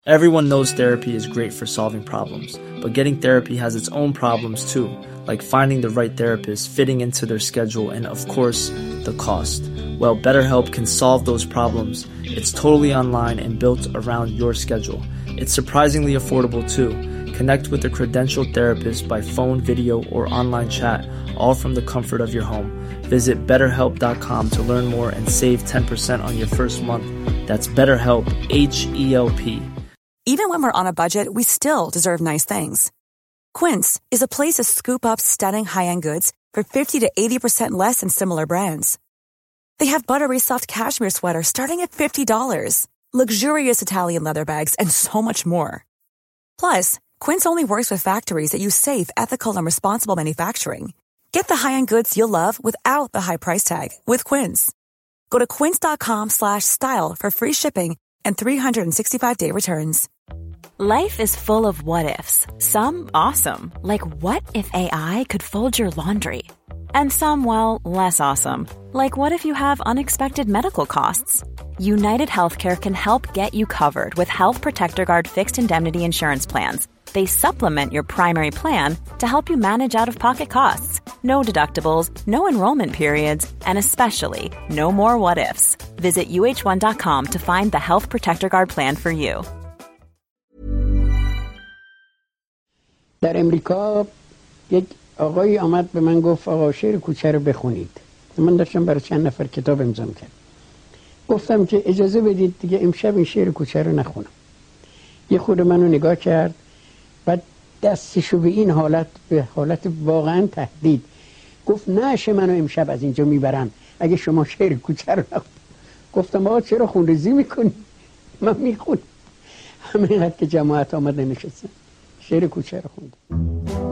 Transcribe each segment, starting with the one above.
Everyone knows therapy is great for solving problems, but getting therapy has its own problems too, like finding the right therapist, fitting into their schedule, and of course, the cost. Well, BetterHelp can solve those problems. It's totally online and built around your schedule. It's surprisingly affordable too. Connect with a credentialed therapist by phone, video, or online chat, all from the comfort of your home. Visit BetterHelp.com to learn more and save 10% on your first month. That's BetterHelp, H-E-L-P. Even when we're on a budget, we still deserve nice things. Quince is a place to scoop up stunning high-end goods for 50 to 80% less than similar brands. They have buttery soft cashmere sweaters starting at $50, luxurious Italian leather bags, and so much more. Plus, Quince only works with factories that use safe, ethical, and responsible manufacturing. Get the high-end goods you'll love without the high price tag with Quince. Go to quince.com/style for free shipping and 365-day returns. Life is full of what-ifs. Some awesome, like what if AI could fold your laundry? And some, well, less awesome, like what if you have unexpected medical costs? United Healthcare can help get you covered with Health Protector Guard fixed indemnity insurance plans. They supplement your primary plan to help you manage out-of-pocket costs. No deductibles, no enrollment periods, and especially no more what-ifs. Visit uh1.com to find the Health Protector Guard plan for you. در امریکا یک آقایی آمد به من گفت آقا شعر کوچه رو بخونید. من داشتم برای چند نفر کتاب امضا می‌کردم. گفتم که اجازه بدید دیگه امشب این شعر کوچه رو نخونم. یه خود منو نگاه کرد، بعد دستشو به این حالت، به حالت واقعا تهدید، گفت نشه منو امشب از اینجا میبرن اگه شما شعر کوچه رو نخونید. گفتم آقا چرا خونریزی میکنی؟ من میخونم. همینقدر که جماعت آمده نشستن شعر کوچه رو خوندم.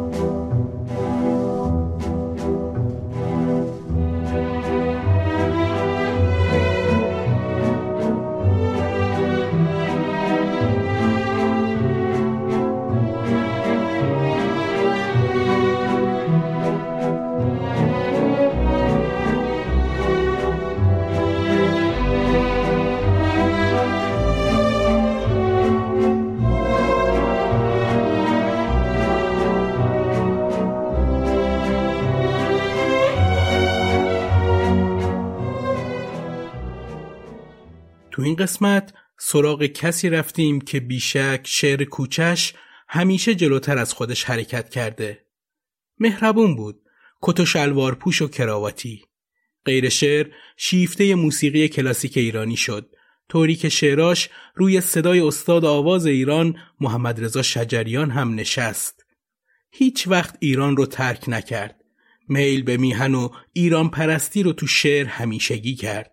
تو این قسمت سراغ کسی رفتیم که بیشک شعر کوچش همیشه جلوتر از خودش حرکت کرده. مهربون بود، کت و شلوار پوش و کراواتی. غیر شعر شیفته موسیقی کلاسیک ایرانی شد، طوری که شعراش روی صدای استاد آواز ایران محمد رضا شجریان هم نشست. هیچ وقت ایران رو ترک نکرد. میل به میهن و ایران پرستی رو تو شعر همیشگی کرد.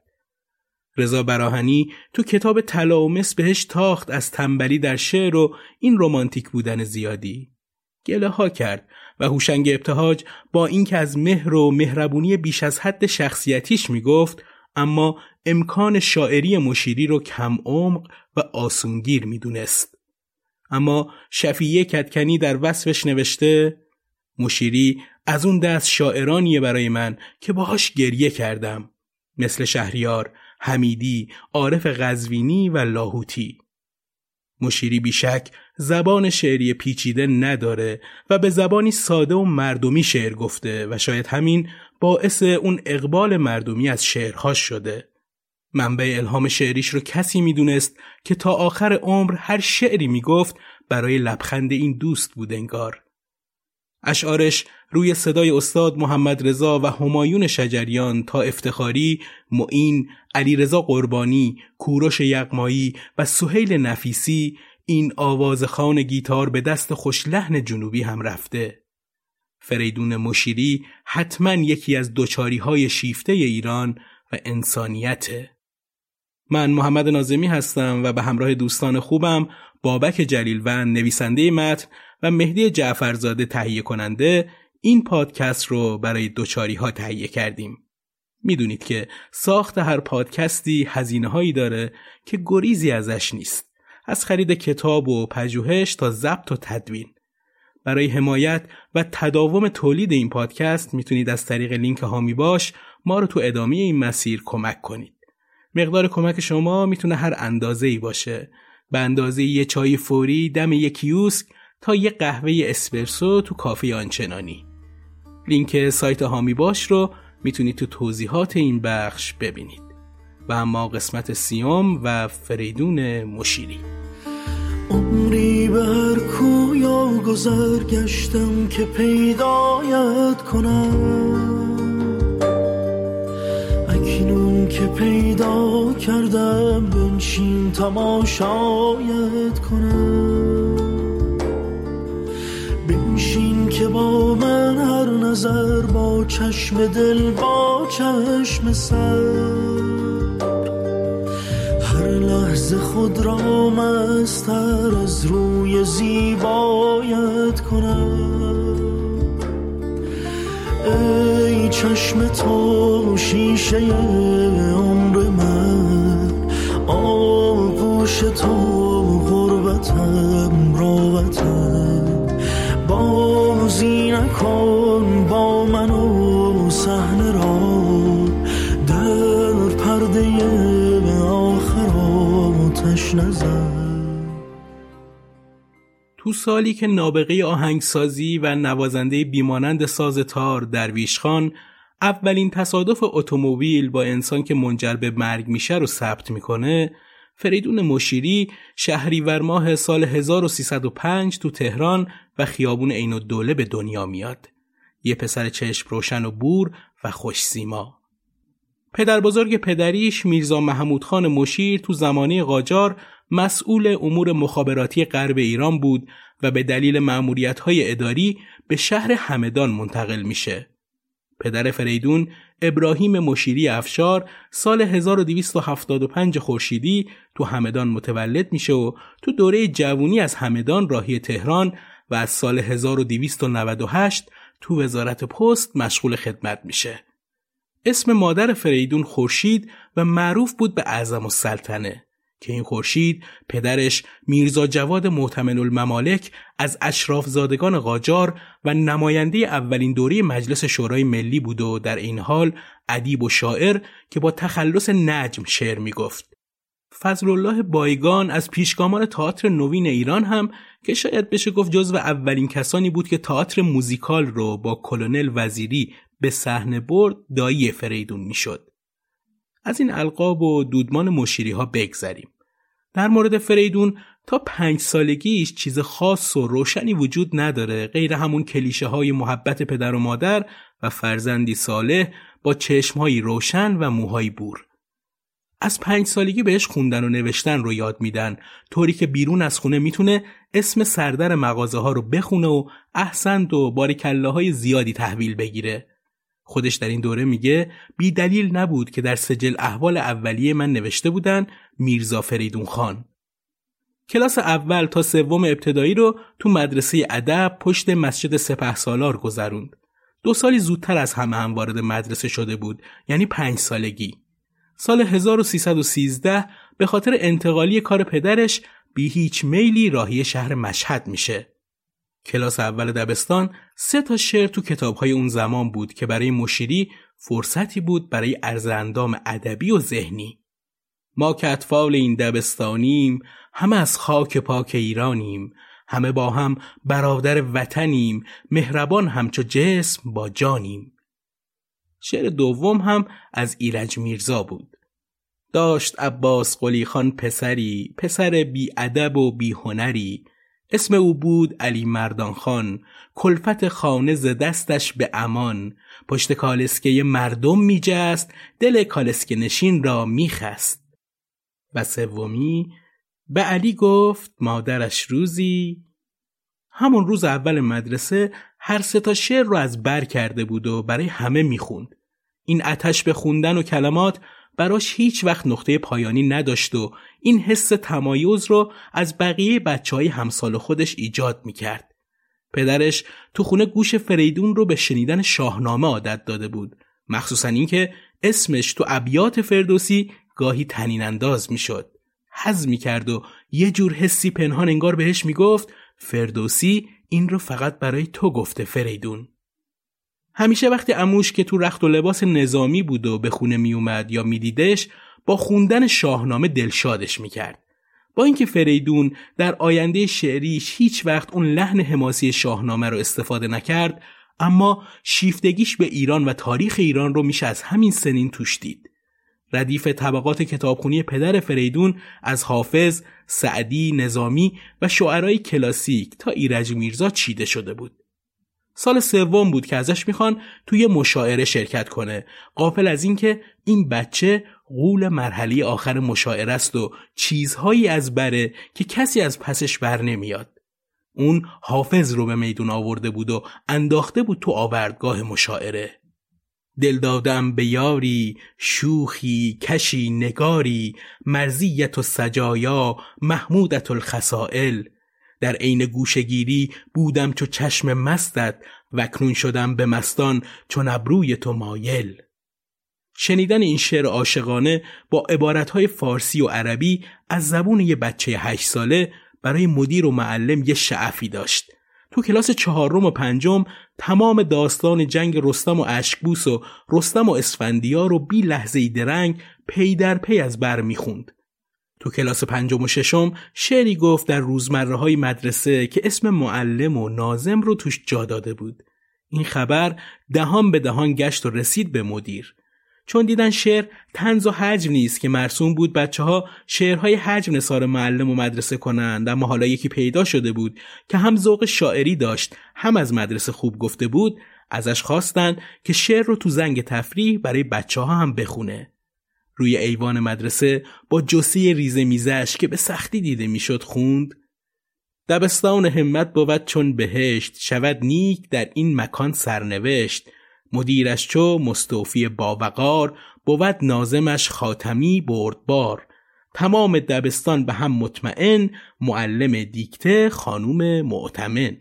رضا براهنی تو کتاب طلا و مس بهش تاخت از تنبلی در شعر و این رمانتیک بودن زیادی. گله ها کرد و هوشنگ ابتهاج با اینکه از مهر و مهربونی بیش از حد شخصیتیش میگفت، اما امکان شاعری مشیری رو کم عمق و آسونگیر میدونست. اما شفیعی کدکنی در وصفش نوشته مشیری از اون دست شاعرانیه برای من که باهاش گریه کردم، مثل شهریار، حمیدی، عارف قزوینی و لاهوتی. مشیری بیشک زبان شعری پیچیده نداره و به زبانی ساده و مردمی شعر گفته و شاید همین باعث اون اقبال مردمی از شعرهاش شده. منبع الهام شعریش رو کسی میدونست که تا آخر عمر هر شعری میگفت برای لبخند این دوست بود انگار. اشعارش روی صدای استاد محمد رضا و همایون شجریان تا افتخاری، معین، علیرضا قربانی، کوروش یغمایی و سهیل نفیسی این آوازخوان گیتار به دست خوشلحن جنوبی هم رفته. فریدون مشیری حتما یکی از دوچاری‌های شیفته ایران و انسانیته. من محمد ناظمی هستم و به همراه دوستان خوبم بابک جلیلوند نویسنده متن و مهدی جعفرزاده تهیه کننده این پادکست رو برای دوچاری‌ها تهیه کردیم. میدونید که ساخت هر پادکستی هزینه‌هایی داره که گریزی ازش نیست. از خرید کتاب و پژوهش تا ضبط و تدوین. برای حمایت و تداوم تولید این پادکست میتونید از طریق لینک هامی باش ما رو تو ادامه این مسیر کمک کنید. مقدار کمک شما میتونه هر اندازه‌ای باشه به اندازه یه چای فوری دم یک کیوسک تا یه قهوه اسپرسو تو کافه آنچنانی. لینک سایت هامی باش رو میتونید تو توضیحات این بخش ببینید. و اما قسمت 30 و فریدون مشیری. عمری بر کویا گذر گشتم که پیدایت کنم، اکنون که پیدا کردم بنشین تماشایت کنم. بنشین که با من هر نظر، با چشم دل با چشم سر، هر لحظه خود را مستر از روی زیبایت کنم. ای چشم تو شیشه عمر من، آغوش تو غربتم راوتم. بازی نکن با من و صحنه را، در پرده آخراتش نزن. تو سالی که نابغه آهنگسازی و نوازنده بیمانند ساز تار درویش خان اولین تصادف اتومبیل با انسان که منجر به مرگ میشه رو ثبت میکنه، فریدون مشیری شهریور ماه سال 1305 تو تهران و خیابون عین‌الدوله به دنیا میاد. یه پسر چشم روشن و بور و خوش سیما. پدر بزرگ پدریش میرزا محمود خان مشیر تو زمانه قاجار مسئول امور مخابراتی غرب ایران بود و به دلیل مأموریت‌های اداری به شهر همدان منتقل میشه. پدر فریدون ابراهیم مشیری افشار سال 1275 خورشیدی تو همدان متولد میشه و تو دوره جوونی از همدان راهی تهران و از سال 1298 تو وزارت پست مشغول خدمت میشه. اسم مادر فریدون خورشید و معروف بود به اعظم السلطنه که این خورشید پدرش میرزا جواد معتمن الممالک از اشراف زادگان قاجار و نماینده اولین دوره مجلس شورای ملی بود و در این حال ادیب و شاعر که با تخلص نجم شعر میگفت. فضل الله بایگان از پیشگامان تئاتر نوین ایران هم که شاید بشه گفت جزو اولین کسانی بود که تئاتر موزیکال رو با کلونل وزیری به صحنه برد، دایی فریدون میشد. از این القاب و دودمان مشیری ها بگذریم. در مورد فریدون تا 5 سالگیش چیز خاص و روشنی وجود نداره غیر همون کلیشه های محبت پدر و مادر و فرزندی صالح با چشمهایی روشن و موهای بور. از 5 سالگی بهش خوندن و نوشتن رو یاد میدن، طوری که بیرون از خونه میتونه اسم سردر مغازه ها رو بخونه و احسنت و باریکالله های زیادی تحویل بگیره. خودش در این دوره میگه بی دلیل نبود که در سجل احوال اولیه من نوشته بودن میرزا فریدون خان. کلاس اول تا 3 ابتدایی رو تو مدرسه ادب پشت مسجد سپهسالار گذروند. 2 سالی زودتر از همه هم وارد مدرسه شده بود، یعنی 5 سالگی. سال 1313 به خاطر انتقالی کار پدرش بی هیچ میلی راهی شهر مشهد میشه. کلاس اول دبستان 3 شعر تو کتاب‌های اون زمان بود که برای مشیری فرصتی بود برای عرض اندام ادبی و ذهنی. ما که اطفال این دبستانیم، همه از خاک پاک ایرانیم، همه با هم برادر وطنیم، مهربان همچو جسم با جانیم. شعر دوم هم از ایرج میرزا بود. داشت عباس قلی خان پسری، پسر بی ادب و بی هنری، اسم او بود علی مردان خان، کلفت خانه ز دستش به امان، پشت کالسکه مردم می جست، دل کالسکه نشین را می خست. و سومی به علی گفت مادرش روزی. همون روز اول مدرسه هر 3 شعر رو از بر کرده بود و برای همه می خوند. این آتش به خوندن و کلمات براش هیچ وقت نقطه پایانی نداشت و این حس تمایز رو از بقیه بچه‌های همسال خودش ایجاد می‌کرد. پدرش تو خونه گوش فریدون رو به شنیدن شاهنامه عادت داده بود، مخصوصاً اینکه اسمش تو ابیات فردوسی گاهی طنین انداز می‌شد. حظ می‌کرد و یه جور حسی پنهان انگار بهش میگفت فردوسی این رو فقط برای تو گفته فریدون. همیشه وقتی عموش که تو رخت و لباس نظامی بود و به خونه می اومد یا می دیدش با خوندن شاهنامه دلشادش می کرد. با اینکه فریدون در آینده شعریش هیچ وقت اون لحن حماسی شاهنامه رو استفاده نکرد، اما شیفتگیش به ایران و تاریخ ایران رو میشه از همین سنین توش دید. ردیف طبقات کتابخونی پدر فریدون از حافظ، سعدی، نظامی و شاعرای کلاسیک تا ایرج میرزا چیده شده بود. سال سوم بود که ازش میخوان توی مشاعره شرکت کنه، غافل از این که این بچه غول مرحله آخر مشاعره است و چیزهایی از بره که کسی از پسش بر نمیاد. اون حافظ رو به میدون آورده بود و انداخته بود تو آوردگاه مشاعره. دل دادم به یاری، شوخی، کشی، نگاری، مرزیت و سجایا، محمودت الخسائل. در عین گوشگیری بودم چو چشم مستت، و اکنون شدم به مستان چون ابروی تو مایل. شنیدن این شعر عاشقانه با عبارتهای فارسی و عربی از زبون یه بچه 8 ساله برای مدیر و معلم یه شعفی داشت. تو کلاس 4 و 5 تمام داستان جنگ رستم و اشکبوس و رستم و اسفندیار رو بی لحظه‌ای درنگ پی در پی از بر میخوند. تو کلاس 5 و 6 شعری گفت در روزمره‌های مدرسه که اسم معلم و ناظم رو توش جا داده بود. این خبر دهان به دهان گشت و رسید به مدیر. چون دیدن شعر طنز و هجو نیست که مرسوم بود بچه‌ها شعرهای هجو نثار معلم و مدرسه کنند، اما حالا یکی پیدا شده بود که هم ذوق شاعری داشت هم از مدرسه خوب گفته بود، ازش خواستن که شعر رو تو زنگ تفریح برای بچه‌ها هم بخونه. روی ایوان مدرسه با جثه ریزه میزش که به سختی دیده میشد خوند: دبستان همت بود چون بهشت، شود نیک در این مکان سرنوشت. مدیرش چو مستوفی باوقار، بود ناظمش خاتمی بردبار. تمام دبستان به هم مطمئن، معلم دیکته خانوم معتمن.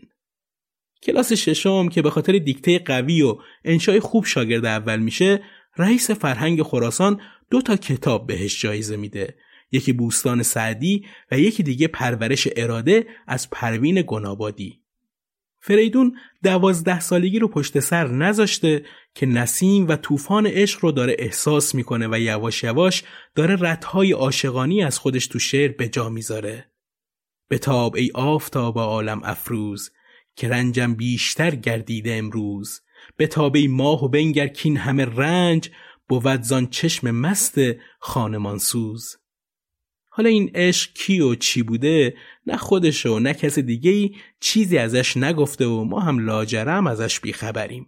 کلاس 6 که به خاطر دیکته قوی و انشای خوب شاگرد اول میشه، رئیس فرهنگ خراسان 2 کتاب بهش جایزه میده. یکی بوستان سعدی و یکی دیگه پرورش اراده از پروین گنابادی. فریدون 12 سالگی رو پشت سر نذاشته که نسیم و طوفان عشق رو داره احساس میکنه و یواش یواش داره رتهای عاشقانی از خودش تو شعر به جا میذاره. بتاب ای آفتاب عالم افروز، که رنجم بیشتر گردیده امروز. بتاب ای ماه و بنگر کین همه رنج، بود زان چشم مست خانمان سوز. حالا این عشق کی و چی بوده نه خودش و نه کس دیگه‌ای چیزی ازش نگفته و ما هم لاجرم ازش بیخبریم.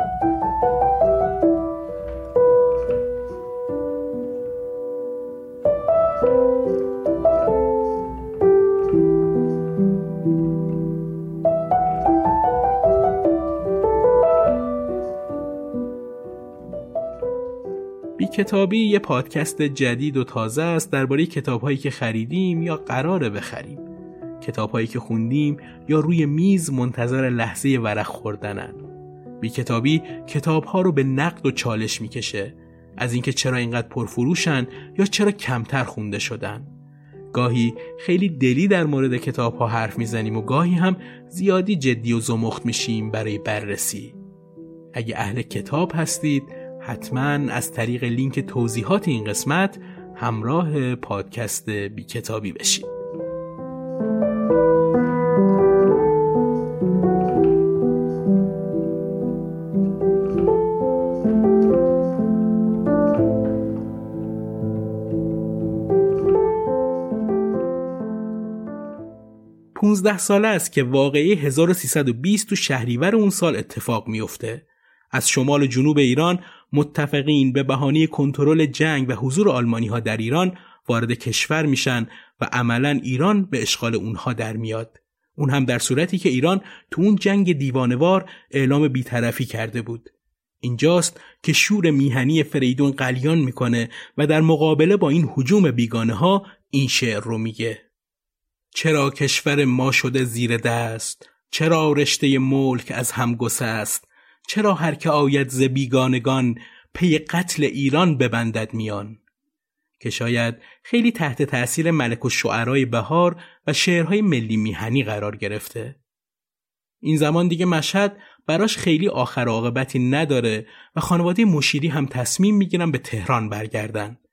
کتابی یه پادکست جدید و تازه است درباره کتاب‌هایی که خریدیم یا قراره بخریم. کتاب‌هایی که خوندیم یا روی میز منتظر لحظه ورق خوردنن. بی کتابی کتاب‌ها رو به نقد و چالش میکشه، از اینکه چرا اینقدر پرفروشن یا چرا کمتر خونده شدن. گاهی خیلی دلی در مورد کتاب‌ها حرف میزنیم و گاهی هم زیادی جدی و زمخت میشیم برای بررسی. اگه اهل کتاب هستید حتما از طریق لینک توضیحات این قسمت همراه پادکست بی کتابی بشید. پونزده ساله است که واقعه 1320 تو شهریور اون سال اتفاق میفته. از شمال و جنوب ایران متفقین به بهانه کنترل جنگ و حضور آلمانی‌ها در ایران وارد کشور میشن و عملاً ایران به اشغال اونها در میاد. اون هم در صورتی که ایران تو اون جنگ دیوانه‌وار اعلام بی‌طرفی کرده بود. اینجاست که شور میهنی فریدون غلیان میکنه و در مقابله با این هجوم بیگانه‌ها این شعر رو میگه: چرا کشور ما شده زیر دست، چرا رشته ملک از هم گسست، چرا هر که آید ز بیگانگان، پی قتل ایران ببندد میان. که شاید خیلی تحت تأثیر ملک الشعرای بهار و شعرهای ملی میهنی قرار گرفته. این زمان دیگه مشهد براش خیلی آخر عاقبتی نداره و خانواده مشیری هم تصمیم میگیرن به تهران برگردن.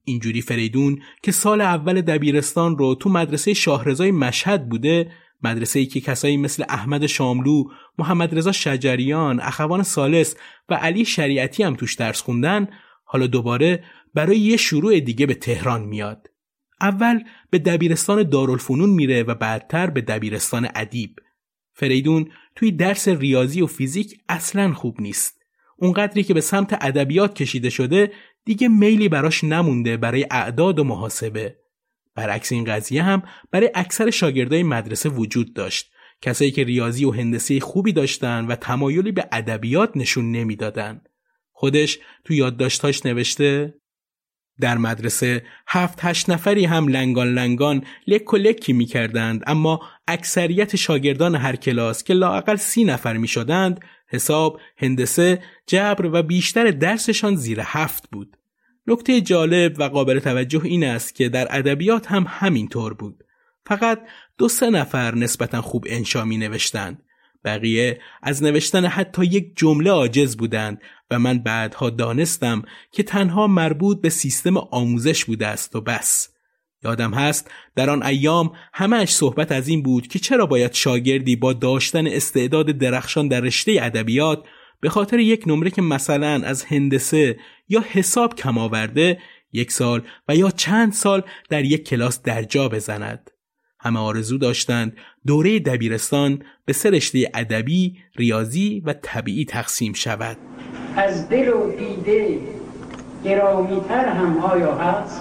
اینجوری فریدون که سال اول دبیرستان رو تو مدرسه شاهرضای مشهد بوده، مدرسه‌ای که کسایی مثل احمد شاملو، محمد رضا شجریان، اخوان ثالث و علی شریعتی هم توش درس خوندن، حالا دوباره برای یه شروع دیگه به تهران میاد. اول به دبیرستان دارالفنون میره و بعدتر به دبیرستان ادیب. فریدون توی درس ریاضی و فیزیک اصلاً خوب نیست. اونقدری که به سمت ادبیات کشیده شده دیگه میلی براش نمونده برای اعداد و محاسبه. برعکس این قضیه هم برای اکثر شاگردای مدرسه وجود داشت. کسایی که ریاضی و هندسه خوبی داشتن و تمایلی به ادبیات نشون نمیدادن. خودش تو یادداشتاش نوشته در مدرسه 7-8 نفری هم لنگان لک و لکی می کردند، اما اکثریت شاگردان هر کلاس که لااقل 30 نفر می شدند حساب، هندسه، جبر و بیشتر درسشان زیر 7 بود. نکته جالب و قابل توجه این است که در ادبیات هم همین طور بود. فقط 2-3 نفر نسبتا خوب انشا می نوشتند. بقیه از نوشتن حتی یک جمله عاجز بودند و من بعدها دانستم که تنها مربوط به سیستم آموزش بوده است و بس. یادم هست در آن ایام همه‌اش صحبت از این بود که چرا باید شاگردی با داشتن استعداد درخشان در رشته ادبیات به خاطر یک نمره که مثلا از هندسه یا حساب کم آورده 1 سال و یا چند سال در یک کلاس درجا بزند. همه آرزو داشتند دوره دبیرستان به 3 رشته ادبی، ریاضی و طبیعی تقسیم شود. از دل و دیده گرامی‌تر هم آیا هست؟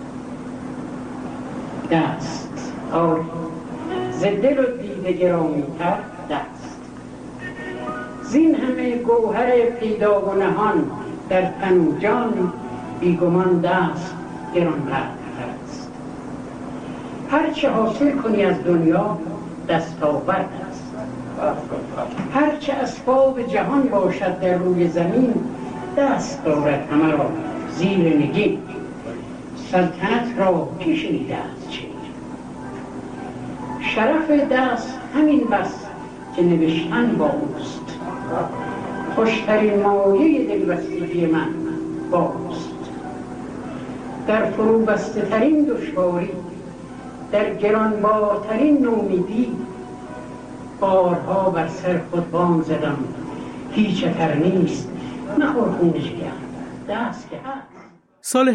دست. آری ز دل و دیده گرامی‌تر دست. زین همه گوهر پیدا و نهان در تن و جان بیگمان دست گرانقدر است. هر چه حاصل کنی از دنیا دستاورد است. هر چه اسباب جهان باشد در روی زمین دست دارد همه را زیر نگین. سلطنت را کی شنیده است چه؟ شرف دست همین بس که نوشتن با اوست. خوشترین مایه دلبستگی من با اوست. در فرو بسته ترین دشواری، در گرانبارترین نومیدی، بارها بر سر خود بانگ زدم هیچ اثر نیست، مخور خون جگر دست که هست. سال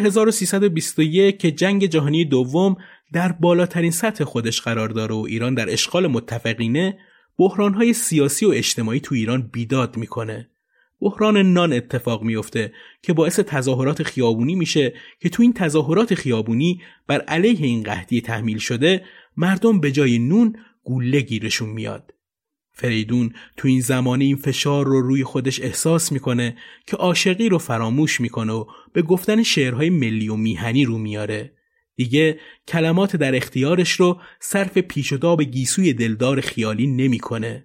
1321 که جنگ جهانی دوم در بالاترین سطح خودش قرار داره و ایران در اشغال متفقینه، بحران‌های سیاسی و اجتماعی تو ایران بیداد میکنه. بحران نان اتفاق میفته که باعث تظاهرات خیابونی میشه که تو این تظاهرات خیابونی بر علیه این قحطی تحمیل شده مردم به جای نون گوله گیرشون میاد. فریدون تو این زمانه این فشار رو روی خودش احساس میکنه که عاشقی رو فراموش میکنه و به گفتن شعرهای ملی و میهنی رو میاره. دیگه کلمات در اختیارش رو صرف پیش و تاب گیسوی دلدار خیالی نمیکنه.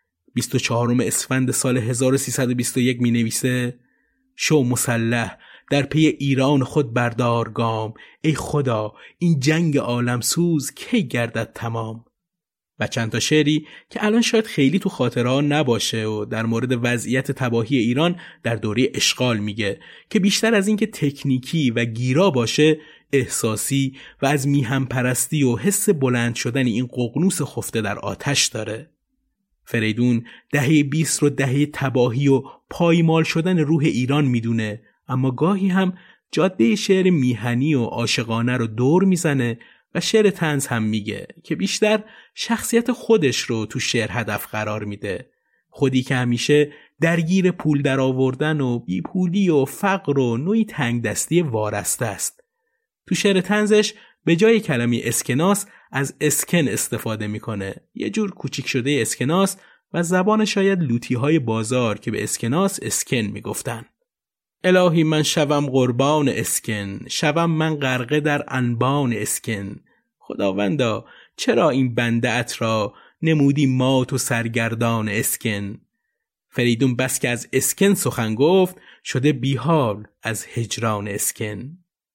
24 اسفند سال 1321 می نویسه: شو مسلح در پی ایران خود بردار گام، ای خدا این جنگ عالم سوز کی گردد تمام. و چند تا شعری که الان شاید خیلی تو خاطره ها نباشه و در مورد وضعیت تباهی ایران در دوره اشغال میگه که بیشتر از این که تکنیکی و گیرا باشه احساسی و از میهم پرستی و حس بلند شدن این ققنوس خفته در آتش داره. فریدون دهه 20 رو دهه تباهی و پایمال شدن روح ایران میدونه، اما گاهی هم جاده شعر میهنی و عاشقانه رو دور میزنه و شعر طنز هم میگه که بیشتر شخصیت خودش رو تو شعر هدف قرار میده. خودی که همیشه درگیر پول در آوردن و بیپولی و فقر و نوعی تنگ دستی وارسته است. تو شعر طنزش به جای کلمه اسکناس از اسکن استفاده میکنه، یه جور کوچیک شده اسکناس و زبان شاید لوتی‌های بازار که به اسکناس اسکن میگفتن. الهی من شوم قربان اسکن، شوم من غرقه در انبان اسکن. خداوندا چرا این بنده ات را نمودی مات و سرگردان اسکن. فریدون بس که از اسکن سخن گفت، شده بیحال از هجران اسکن.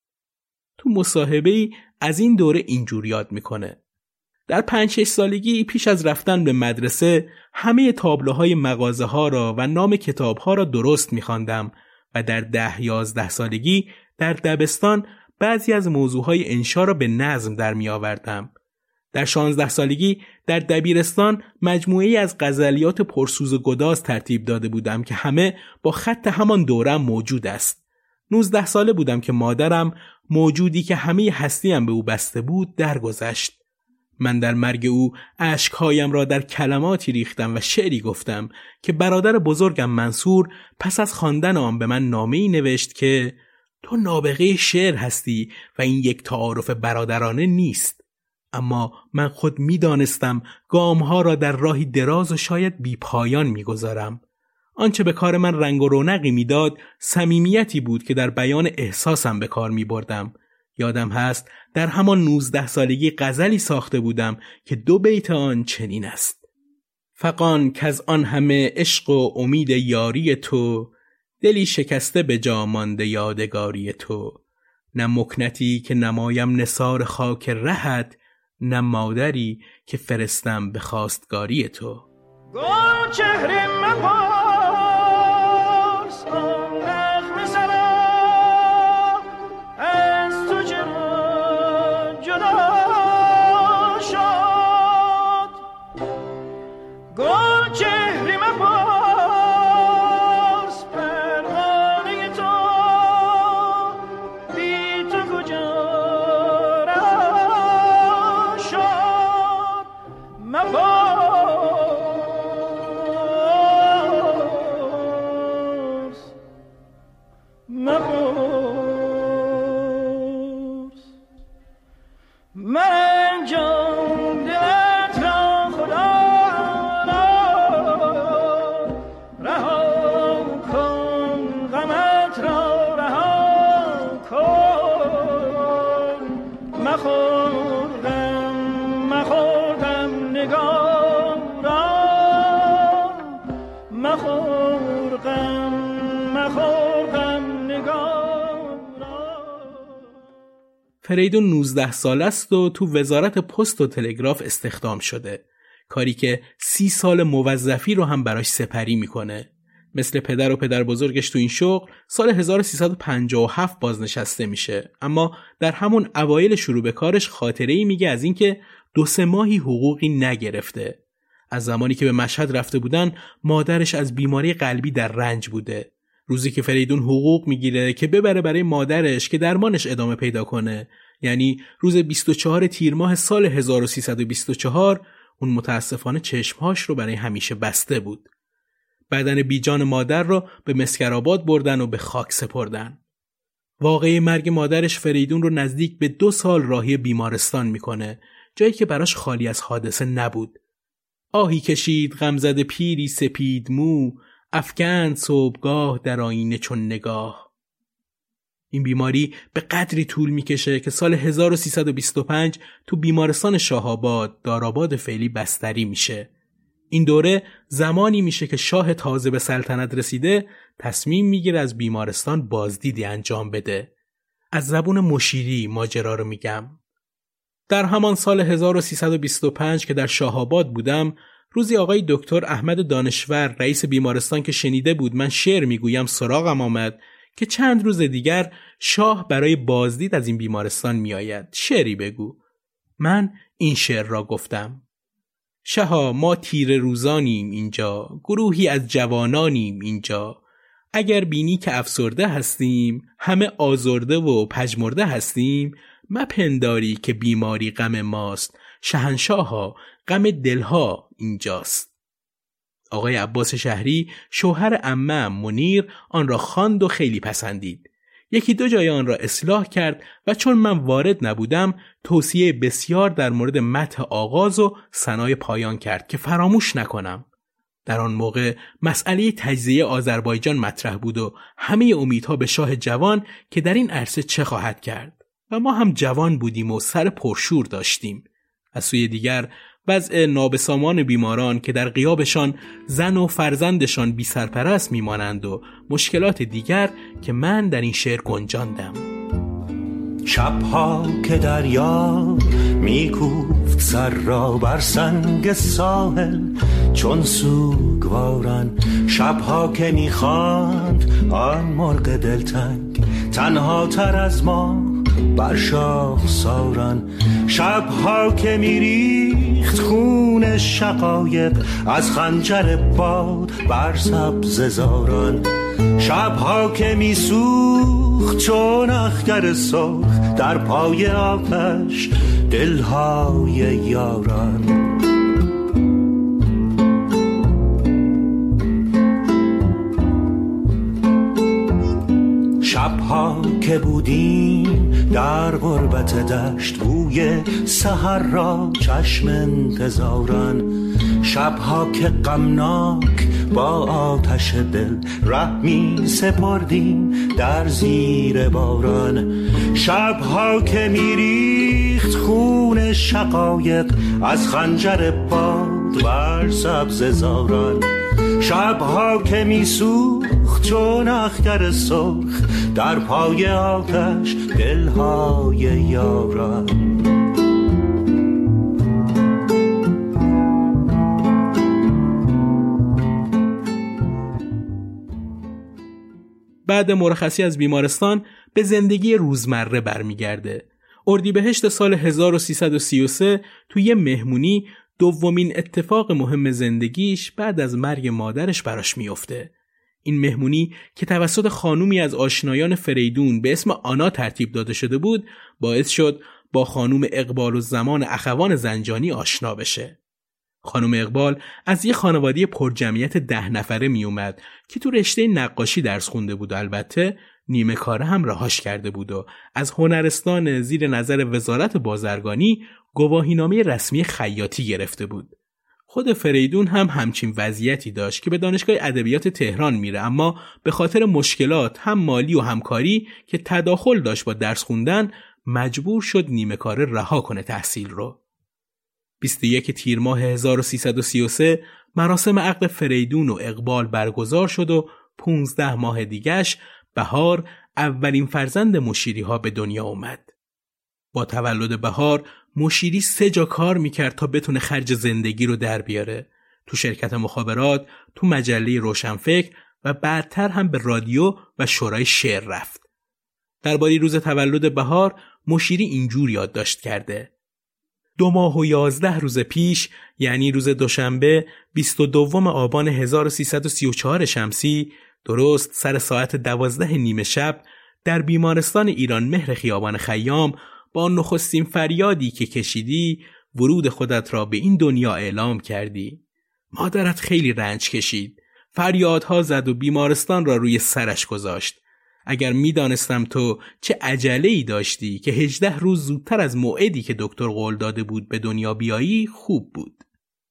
تو مصاحبه‌ای از این دوره اینجور یاد میکنه: در 5-6 سالگی پیش از رفتن به مدرسه همه تابلوهای مغازه ها را و نام کتاب ها را درست میخواندم و در 10-11 سالگی در دبستان بعضی از موضوعهای انشا را به نظم در می آوردم. در 16 سالگی در دبیرستان مجموعه‌ای از غزلیات پرسوز و گداز ترتیب داده بودم که همه با خط همان دورم موجود است. 19 ساله بودم که مادرم، موجودی که همه هستیم به او بسته بود، درگذشت. من در مرگ او اشکهایم را در کلماتی ریختم و شعری گفتم که برادر بزرگم منصور پس از خواندن آن به من نامه‌ای نوشت که تو نابغه شعر هستی و این یک تعارف برادرانه نیست. اما من خود می دانستم گامها را در راهی دراز و شاید بی پایان می گذارم. آنچه به کار من رنگ و رونقی می داد صمیمیتی بود که در بیان احساسم به کار می بردم. یادم هست در همان 19 سالگی غزلی ساخته بودم که 2 بیت آن چنین است: فغان که از آن همه عشق و امید یاری تو، دلی شکسته به جا مانده یادگاری تو. نه مکنتی که نمایم نثار خاک رهت، نه مادری که فرستم به خواستگاری تو. گل چهره مپارس آن نغمه سرا، از تو جدا شد. گل چهره مپارس پروانه تو، بی تو کجا شد. من جان دلت را خدا رها کن، غمت را رها کن. مخور غم نگاه را، مخور غم نگاه را. فریدون 19 ساله است و تو وزارت پست و تلگراف استخدام شده، کاری که 30 سال موظفی رو هم براش سپری میکنه. مثل پدر و پدر بزرگش تو این شغل سال 1357 بازنشسته میشه، اما در همون اوایل شروع به کارش خاطره‌ای میگه از اینکه 2-3 ماهی حقوقی نگرفته. از زمانی که به مشهد رفته بودن مادرش از بیماری قلبی در رنج بوده. روزی که فریدون حقوق میگیره که ببره برای مادرش که درمانش ادامه پیدا کنه، یعنی روز 24 تیر ماه سال 1324، اون متاسفانه چشمهاش رو برای همیشه بسته بود. بدن بیجان مادر رو به مسکرآباد بردن و به خاک سپردن. واقعه مرگ مادرش فریدون رو نزدیک به 2 سال راهی بیمارستان میکنه، جایی که براش خالی از حادثه نبود. آهی کشید غمزده پیری سپید مو، افکند صبحگاه در آینه چون نگاه. این بیماری به قدری طول میکشه که سال 1325 تو بیمارستان شاه‌آباد دارآباد فعلی بستری میشه. این دوره زمانی میشه که شاه تازه به سلطنت رسیده تصمیم میگیره از بیمارستان بازدیدی انجام بده. از زبون مشیری ماجرا رو میگم. در همان سال 1325 که در شاه‌آباد بودم، روزی آقای دکتر احمد دانشور رئیس بیمارستان که شنیده بود من شعر میگویم سراغم آمد که چند روز دیگر شاه برای بازدید از این بیمارستان میآید. شعری بگو. من این شعر را گفتم: شها ما تیره روزانیم اینجا، گروهی از جوانانیم اینجا. اگر بینی که افسرده هستیم، همه آزرده و پژمرده هستیم، مپنداری که بیماری غم ماست، شهنشاها غم دلها اینجاست. آقای عباس شهری شوهر عمه‌ام منیر آن را خواند و خیلی پسندید. 1-2 جای آن را اصلاح کرد و چون من وارد نبودم توصیه بسیار در مورد مدح آغاز و ثنای پایان کرد که فراموش نکنم. در آن موقع مسئله تجزیه آذربایجان مطرح بود و همه امیدها به شاه جوان که در این عرصه چه خواهد کرد و ما هم جوان بودیم و سر پرشور داشتیم. از سوی دیگر وضع نابسامان بیماران که در غیابشان زن و فرزندشان بی سرپرست میمانند و مشکلات دیگر که من در این شعر گنجاندم. شبها که دریا میکوفت سر را بر سنگ ساحل چون سوگواران، شبها که میخواند آن مرغ دلتنگ تنها تر از ما بر شاخساران، شبها که میریخت خون شقایق از خنجر باد بر سبززاران، شبها که میسوخت چون اخگر سرخ در پای آتش دلهای یاران. شبها که بودیم در غربت دشت بوی سحر را چشم انتظاران، شبها که غمناک با آتش دل ره می سپردیم در زیر باران، شبها که می ریخت خون شقایق از خنجر باد بر سبززاران، شبها که می سوخت چون اخگر سرخ در پای آتش دلهای یاران. بعد مرخصی از بیمارستان به زندگی روزمره برمیگرده. اردیبهشت سال 1333 توی یه مهمونی دومین اتفاق مهم زندگیش بعد از مرگ مادرش براش میفته. این مهمونی که توسط خانومی از آشنایان فریدون به اسم آنا ترتیب داده شده بود، باعث شد با خانوم اقبال و زمان اخوان زنجانی آشنا بشه. خانم اقبال از یه خانواده پرجمعیت 10 نفره می اومد که تو رشته نقاشی درس خونده بود و البته نیمه کاره هم رهاش کرده بود و از هنرستان زیر نظر وزارت بازرگانی گواهینامه رسمی خیاطی گرفته بود. خود فریدون هم همچین وضعیتی داشت که به دانشگاه ادبیات تهران میره، اما به خاطر مشکلات هم مالی و همکاری که تداخل داشت با درس خوندن مجبور شد نیمه کاره رها کنه تحصیل رو. 21 تیر ماه 1333 مراسم عقد فریدون و اقبال برگزار شد و 15 ماه دیگه‌اش بهار اولین فرزند مشیری ها به دنیا اومد. با تولد بهار مشیری 3 جا کار میکرد تا بتونه خرج زندگی رو در بیاره. تو شرکت مخابرات، تو مجله روشنفکر و بعدتر هم به رادیو و شورای شعر رفت. درباره روز تولد بهار مشیری اینجور یادداشت کرده: 2 ماه و 11 روز پیش، یعنی روز دوشنبه 22 آبان 1334 شمسی، درست سر ساعت 12 نیمه شب، در بیمارستان ایران مهر خیابان خیام با نخستین فریادی که کشیدی ورود خودت را به این دنیا اعلام کردی. مادرت خیلی رنج کشید، فریادها زد و بیمارستان را روی سرش گذاشت. اگر میدانستم تو چه عجله‌ای داشتی که 18 روز زودتر از موعدی که دکتر قول داده بود به دنیا بیایی خوب بود.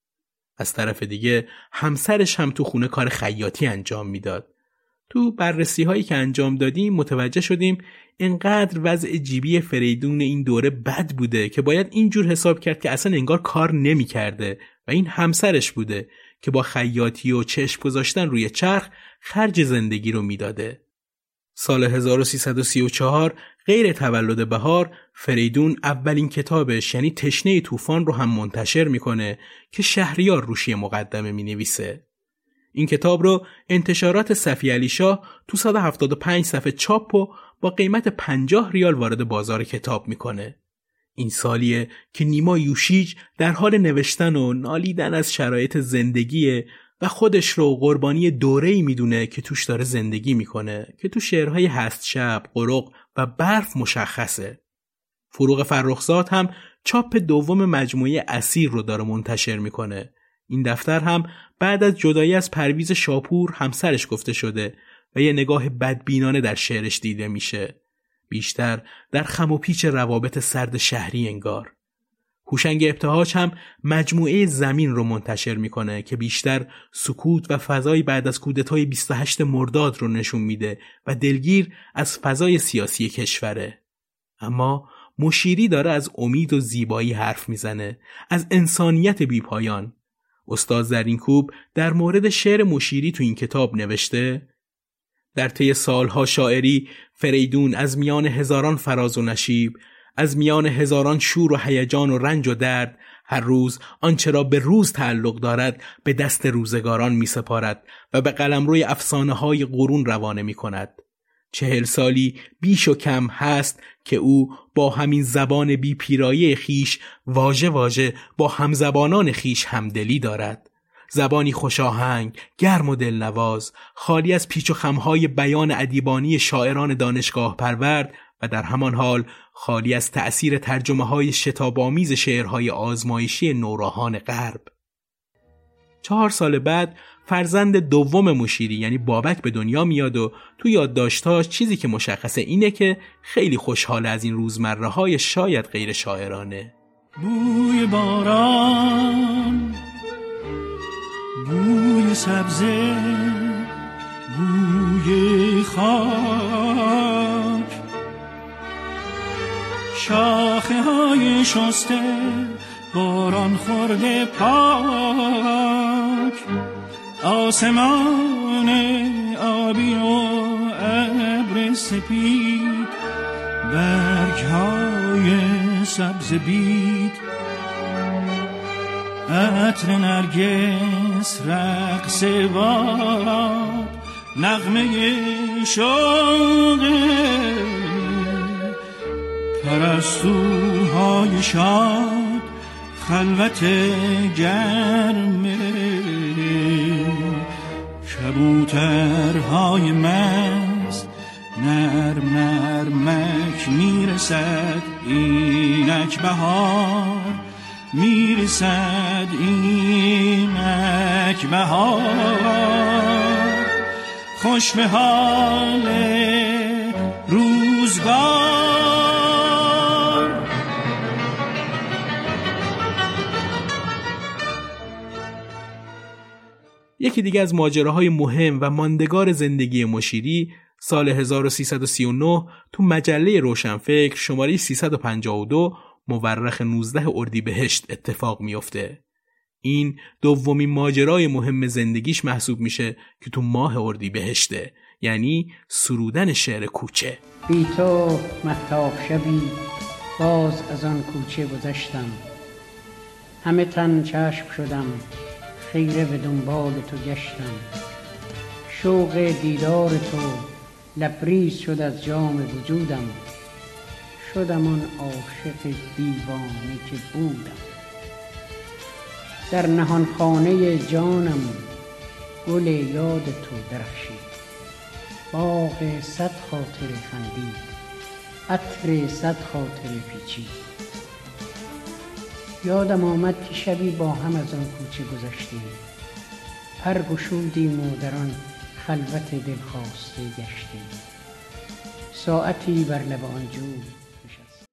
از طرف دیگه همسرش هم تو خونه کار خیاطی انجام میداد. تو بررسی هایی که انجام دادیم متوجه شدیم اینقدر وضع جیبی فریدون این دوره بد بوده که باید اینجور حساب کرد که اصلا انگار کار نمی کرده و این همسرش بوده که با خیاطی و چشم گذاشتن روی چرخ خرج زندگی رو میداده. سال 1334 غیر تولد بهار، فریدون اولین کتابش یعنی تشنه طوفان رو هم منتشر میکنه که شهریار روشی مقدمه مینویسه. این کتاب رو انتشارات صفی علی شاه تو 175 صفحه چاپ و با قیمت 50 ریال وارد بازار کتاب میکنه. این سالیه که نیما یوشیج در حال نوشتن و نالیدن از شرایط زندگیه و خودش رو قربانی دوره‌ای میدونه که توش داره زندگی میکنه که تو شعرهای هست شب، قرق و برف مشخصه. فروغ فرخزاد هم چاپ دوم مجموعه اسیر رو داره منتشر میکنه. این دفتر هم بعد از جدایی از پرویز شاپور همسرش گفته شده و یه نگاه بدبینانه در شعرش دیده میشه. بیشتر در خم و پیچ روابط سرد شهری انگار. هوشنگ ابتهاج هم مجموعه زمین رو منتشر میکنه که بیشتر سکوت و فضای بعد از کودتای 28 مرداد رو نشون میده و دلگیر از فضای سیاسی کشوره. اما مشیری داره از امید و زیبایی حرف میزنه، از انسانیت بیپایان. استاد زرینکوب در مورد شعر مشیری تو این کتاب نوشته: در طی سالها شاعری فریدون از میان هزاران فراز و نشیب، از میان هزاران شور و هیجان و رنج و درد، هر روز آنچه را به روز تعلق دارد به دست روزگاران می سپارد و به قلمروی افسانه‌های قرون روانه می کند. 40 سالی بیش و کم هست که او با همین زبان بی پیرایه خیش واژه واژه با همزبانان خیش همدلی دارد. زبانی خوشاهنگ، گرم و دلنواز، خالی از پیچ و خمهای بیان ادیبانی شاعران دانشگاه پرورد و در همان حال خالی از تأثیر ترجمه‌های شتاب‌آمیز شعرهای آزمایشی نوراهان غرب. 4 سال بعد فرزند دوم مشیری یعنی بابک به دنیا میاد و تو یادداشتاش چیزی که مشخصه اینه که خیلی خوشحال از این روزمره‌های شاید غیر شاعرانه. بوی باران، بوی سبزه، بوی خاک، شاخه های شسته باران خورده پاک، آسمان آبی و ابر سپید، برگ‌های سبز بید، عطر نرگس، رقص باد، نغمه شوق پرستوهای شاد، خلوت گرم کبوترهای مست، نرم نرمک میرسد اینک بهار، میرسد اینک بهار، خوش به حال روزگار. یکی دیگه از ماجراهای مهم و ماندگار زندگی مشیری سال 1339 تو مجله روشنفکر شماره 352 مورخ 19 اردیبهشت اتفاق میفته. این دومین ماجرای مهم زندگیش محسوب میشه که تو ماه اردیبهشته، یعنی سرودن شعر کوچه. بی تو مهتاب شبی باز از آن کوچه گذشتم، همه تن چشم شدم خیره به دنبال تو گشتم، شوق دیدار تو لبریز شد از جام وجودم، شدم آن عاشق دیوانه که بودم، در نهان خانه جانم گل یاد تو درخشید، باغ 100 خاطر خندید، عطر 100 خاطر پیچید. یادم آمد که شبی با هم از آن کوچه گذشتیم، پر گشودیم و در آن خلوت دلخواسته گشتیم، ساعتی بر لب آن جوی نشستیم.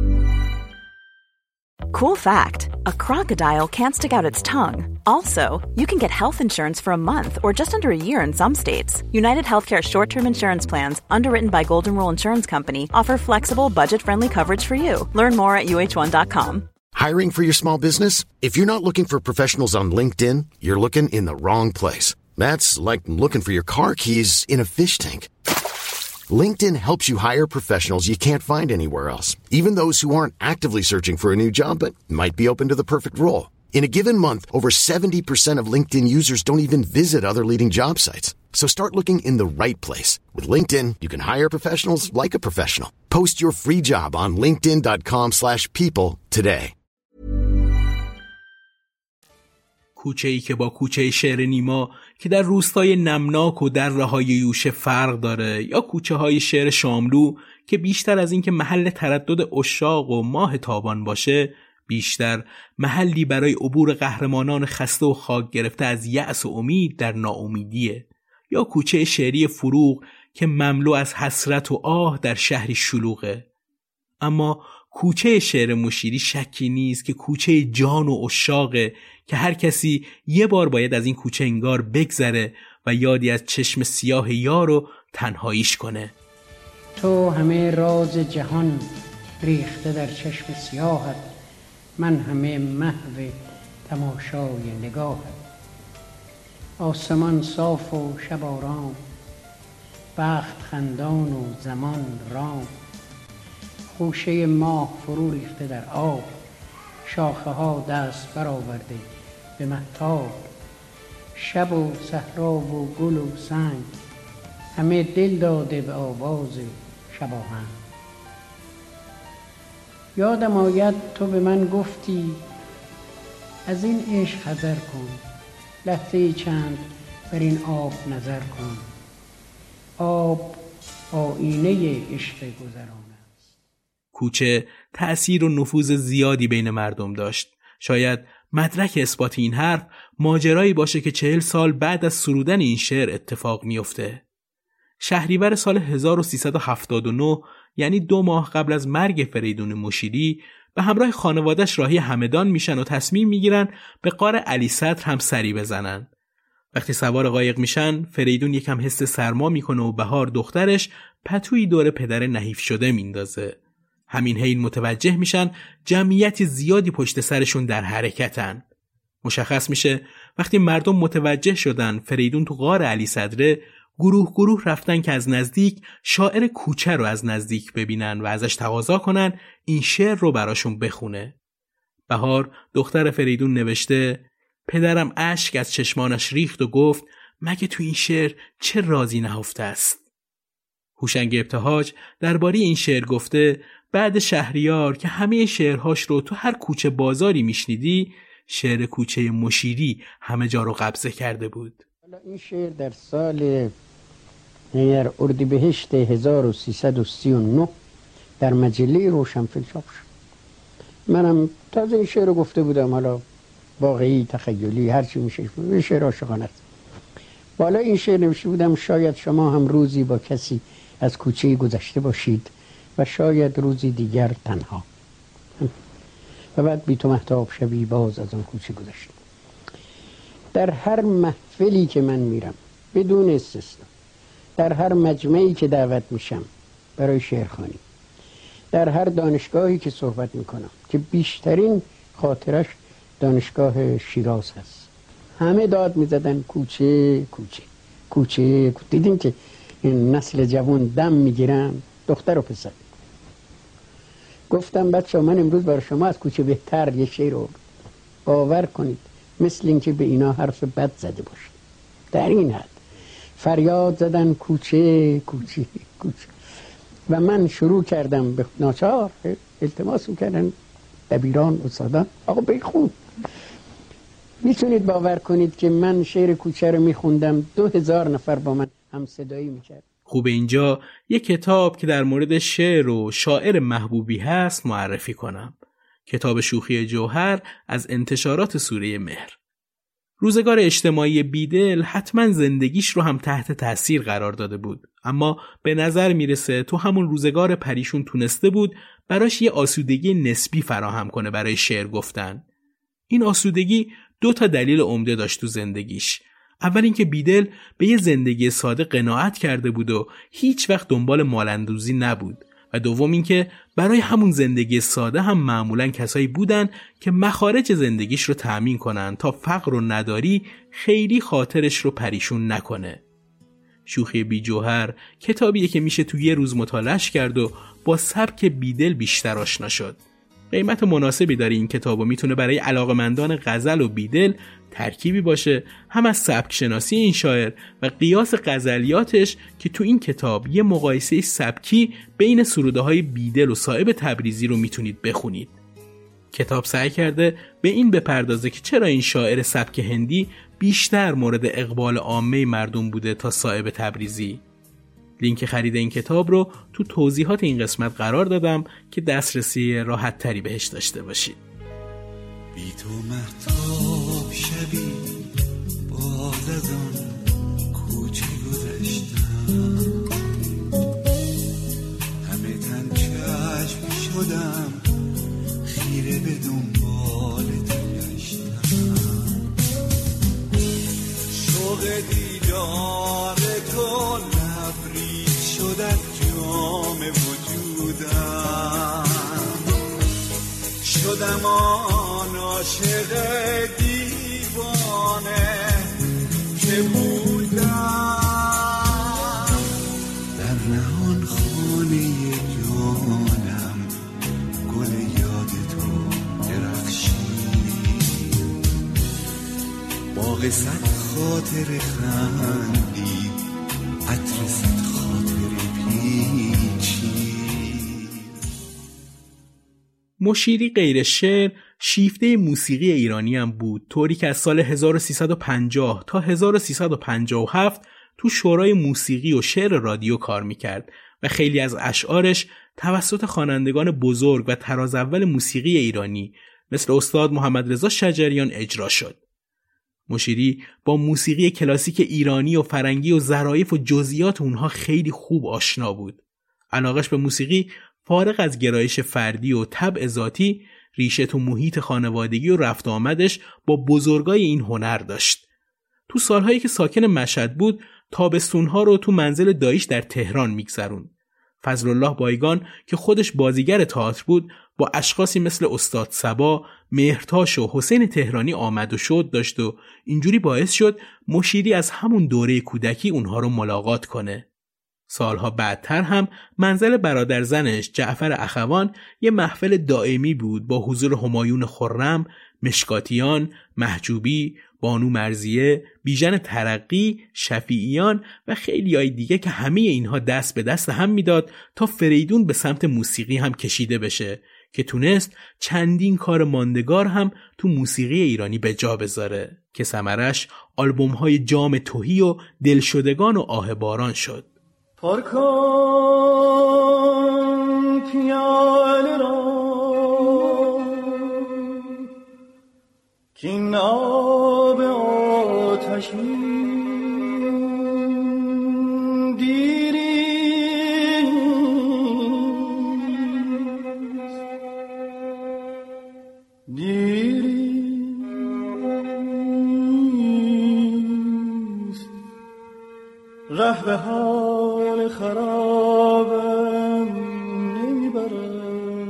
Cool fact, a crocodile can't stick out its tongue. Also, you can get health insurance for a month or just under a year in some states. United Healthcare short-term insurance plans, underwritten by Golden Rule Insurance Company, offer flexible, budget-friendly coverage for you. Learn more at uh1.com. Hiring for your small business? If you're not looking for professionals on LinkedIn, you're looking in the wrong place. That's like looking for your car keys in a fish tank. LinkedIn helps you hire professionals you can't find anywhere else, even those who aren't actively searching for a new job but might be open to the perfect role. In a given month, over 70% of LinkedIn users don't even visit other leading job sites. So start looking in the right place. With LinkedIn, you can hire professionals like a professional. Post your free job on linkedin.com/people today. کوچه‌ای که با کوچه شعر نیما که در روستای نمناک و دره‌های یوشه فرق داره، یا کوچه‌های شعر شاملو که بیشتر از این که محل تردد عشاق و ماه تابان باشه، بیشتر محلی برای عبور قهرمانان خسته و خاک گرفته از یأس و امید در ناامیدیه، یا کوچه شعری فروغ که مملو از حسرت و آه در شهری شلوغه. اما کوچه شعر مشیری شکی نیست که کوچه جان و عشاقه که هر کسی یه بار باید از این کوچه انگار بگذره و یادی از چشم سیاه یار رو تنهاییش کنه. تو همه راز جهان ریخته در چشم سیاهت، من همه محو تماشای نگاهت. آسمان صاف و شب آرام، بخت خندان و زمان رام. خوشه ماه فرو ریخته در آب، شاخه ها دست برآورده به مهتاب. شب و صحرا و گل و سنگ، همه دل داده به آواز شباهن. یادم آید تو به من گفتی از این عشق حذر کن، لحظه چند بر این آب نظر کن. آب آینه عشق گذران است. کوچه تأثیر و نفوذ زیادی بین مردم داشت. شاید مدرک اثبات این حرف ماجرایی باشه که 40 سال بعد از سرودن این شعر اتفاق میفته. شهریور سال 1379 یعنی 2 ماه قبل از مرگ فریدون مشیری به همراه خانواده‌اش راهی همدان میشن و تصمیم میگیرن به غار علی صدر هم سری بزنن. وقتی سوار قایق میشن فریدون یکم حس سرما میکنه و بهار دخترش پتویی دور پدر نحیف شده میندازه. همین حین متوجه میشن جمعیت زیادی پشت سرشون در حرکتن. مشخص میشه وقتی مردم متوجه شدن فریدون تو غار علی صدره، گروه رفتن که از نزدیک شاعر کوچه رو از نزدیک ببینن و ازش تقاضا کنن این شعر رو براشون بخونه. بهار دختر فریدون نوشته پدرم اشک از چشمانش ریخت و گفت مگه تو این شعر چه رازی نهفته است. هوشنگ ابتهاج درباره این شعر گفته بعد شهریار که همه شعرهاش رو تو هر کوچه بازاری میشنیدی، شعر کوچه مشیری همه جا رو قبضه کرده بود. این شعر در سال اردیبهشت 1339 در مجله روشنفکر چاپ شد. منم تازه این شعر رو گفته بودم، حالا واقعی تخیلی هرچی میشه، این شعر عاشقانه است. بالا این شعر نوشته بودم شاید شما هم روزی با کسی از کوچه گذشته باشید و شاید روزی دیگر تنها، و بعد بی تو مهتاب شبی باز از آن کوچه گذشته. در هر محفلی که من میرم بدون استثنا، در هر مجمعی که دعوت میشم برای شعرخوانی، در هر دانشگاهی که صحبت میکنم که بیشترین خاطرش دانشگاه شیراز هست، همه داد میزدن کوچه کوچه کوچه. دیدین که این نسل جوان دم میگیرن، دختر و پسر. گفتم بچه من امروز برای شما از کوچه بهتر یه شعر رو باور کنید مثل این که به اینا حرف بد زده باشه. در این حد فریاد زدن کوچه کوچه کوچه و من شروع کردم به ناچار التماس میکردن دبیران استادان آقا بخون. میتونید باور کنید که من شعر کوچه رو میخوندم 2000 نفر با من هم صدایی میکرد. خوب اینجا یک کتاب که در مورد شعر و شاعر محبوبی هست معرفی کنم. کتاب شوخی جوهر از انتشارات سوره مهر. روزگار اجتماعی بیدل حتما زندگیش رو هم تحت تاثیر قرار داده بود، اما به نظر میرسه تو همون روزگار پریشون تونسته بود براش یه آسودگی نسبی فراهم کنه برای شعر گفتن. این آسودگی 2 دلیل عمده داشت تو زندگیش. اول اینکه بیدل به یه زندگی ساده قناعت کرده بود و هیچ وقت دنبال مال‌اندوزی نبود، و دوم اینکه برای همون زندگی ساده هم معمولاً کسایی بودن که مخارج زندگیش رو تأمین کنن تا فقر و نداری خیلی خاطرش رو پریشون نکنه. شوخی بی جوهر کتابیه که میشه تو یه روز مطالعه‌اش کرد و با سبک بیدل بیشتر آشنا شد. قیمت مناسبی داره این کتاب و میتونه برای علاقه‌مندان غزل و بیدل ترکیبی باشه، هم از سبک شناسی این شاعر و قیاس غزلیاتش که تو این کتاب یه مقایسه سبکی بین سروده‌های بیدل و صائب تبریزی رو میتونید بخونید. کتاب سعی کرده به این بپردازه که چرا این شاعر سبک هندی بیشتر مورد اقبال عامه مردم بوده تا صائب تبریزی. لینک خرید این کتاب رو تو توضیحات این قسمت قرار دادم که دسترسی راحت تری بهش داشته باشید. بی تو مهتاب شبی باز از آن کوچه گذشتم، همه تن چشم شدم خیره به دنبال تو گشتم، شوق دیدار تو لبریز شد از جام وجودم، شدم آن عاشق دیوانه که بودم، در نهان خانه جانم گل یاد تو درخشید، باغ صد خاطر خندید عطر زد خاطر پیچی. مشیری غیر شعر شیفته موسیقی ایرانی هم بود، طوری که از سال 1350 تا 1357 تو شورای موسیقی و شعر رادیو کار میکرد و خیلی از اشعارش توسط خوانندگان بزرگ و طراز اول موسیقی ایرانی مثل استاد محمد رضا شجریان اجرا شد. مشیری با موسیقی کلاسیک ایرانی و فرنگی و ظرافت و جزئیات اونها خیلی خوب آشنا بود. علاقش به موسیقی فارغ از گرایش فردی و طبع ذاتی ریشه تو محیط خانوادگی و رفت آمدش با بزرگای این هنر داشت. تو سالهایی که ساکن مشهد بود تابستونها رو تو منزل داییش در تهران میگذرون. فضلالله بایگان که خودش بازیگر تئاتر بود با اشخاصی مثل استاد صبا، مهرتاش و حسین تهرانی آمد و شد داشت و اینجوری باعث شد مشیری از همون دوره کودکی اونها رو ملاقات کنه. سالها بعدتر هم منزل برادر زنش جعفر اخوان یه محفل دائمی بود با حضور همایون خرم، مشکاتیان، محجوبی، بانو مرزیه، بیژن ترقی، شفیعیان و خیلیای دیگه که همه اینها دست به دست هم میداد تا فریدون به سمت موسیقی هم کشیده بشه که تونست چندین کار ماندگار هم تو موسیقی ایرانی به جا بذاره که ثمرش آلبوم‌های جام تهی و دلشدگان و آه باران شد. پر کن پیاله را کین آب آتشین دیریست ره به حال خرابم نمیبرد.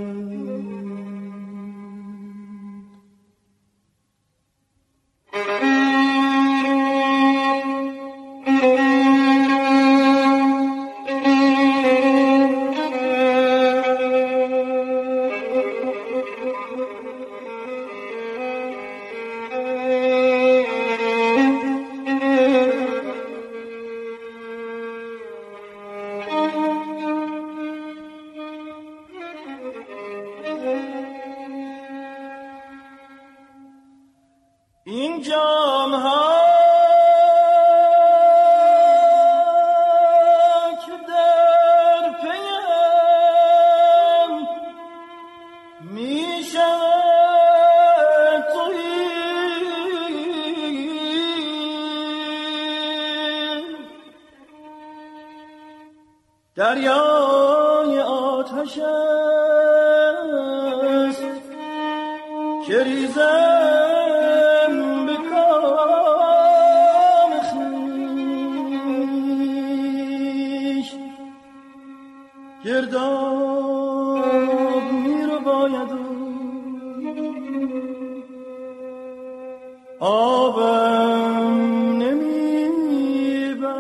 این جام ها که در پیم میشه تویی دریای آتش است که ریزه گرداب میرو باید آبم نمیبرد.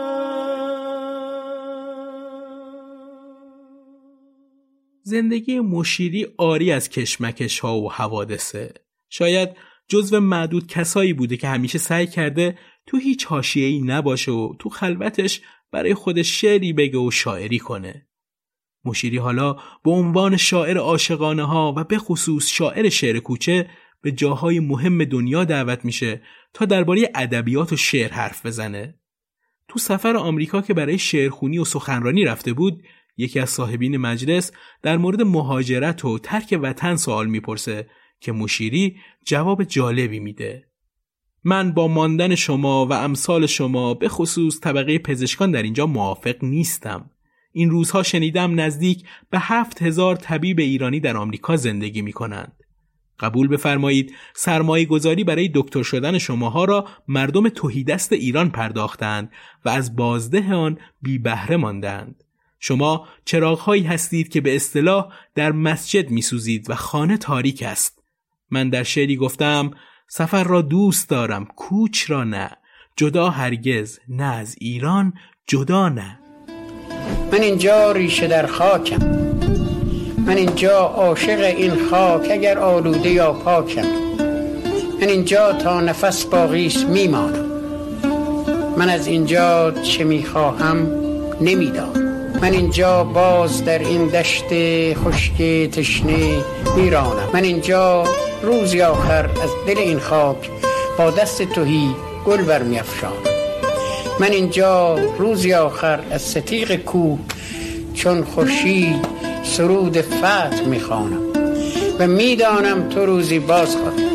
زندگی مشیری عاری از کشمکش ها و حوادثه. شاید جزو معدود کسایی بوده که همیشه سعی کرده تو هیچ حاشیه‌ای نباشه و تو خلوتش برای خودش شعری بگه و شاعری کنه. مشیری حالا به عنوان شاعر عاشقانه ها و به خصوص شاعر شعر کوچه به جاهای مهم دنیا دعوت میشه تا درباره ادبیات و شعر حرف بزنه. تو سفر آمریکا که برای شعرخوانی و سخنرانی رفته بود، یکی از صاحبین مجلس در مورد مهاجرت و ترک وطن سوال میپرسه که مشیری جواب جالبی میده. من با ماندن شما و امثال شما به خصوص طبقه پزشکان در اینجا موافق نیستم. این روزها شنیدم نزدیک به 7000 طبیب ایرانی در آمریکا زندگی می کنند. قبول بفرمایید سرمایه گذاری برای دکتر شدن شماها را مردم تهیدست ایران پرداختند و از بازده آن بی بهره ماندند. شما چراغ‌هایی هستید که به اصطلاح در مسجد می سوزید و خانه تاریک است. من در شعری گفتم سفر را دوست دارم کوچ را نه، جدا هرگز، نه از ایران جدا نه. من اینجا ریشه در خاکم، من اینجا عاشق این خاک اگر آلوده یا پاکم، من اینجا تا نفس باقیست میمانم، من از اینجا چه میخواهم نمیدانم. من اینجا باز در این دشت خشک تشنه میرانم. من اینجا روزی آخر از دل این خاک با دست تهی گل برمی‌افشانم. من اینجا روزی آخر از ستیغ کوه چون خورشید سرود فتح میخوانم و میدانم تو روزی باز خواهی.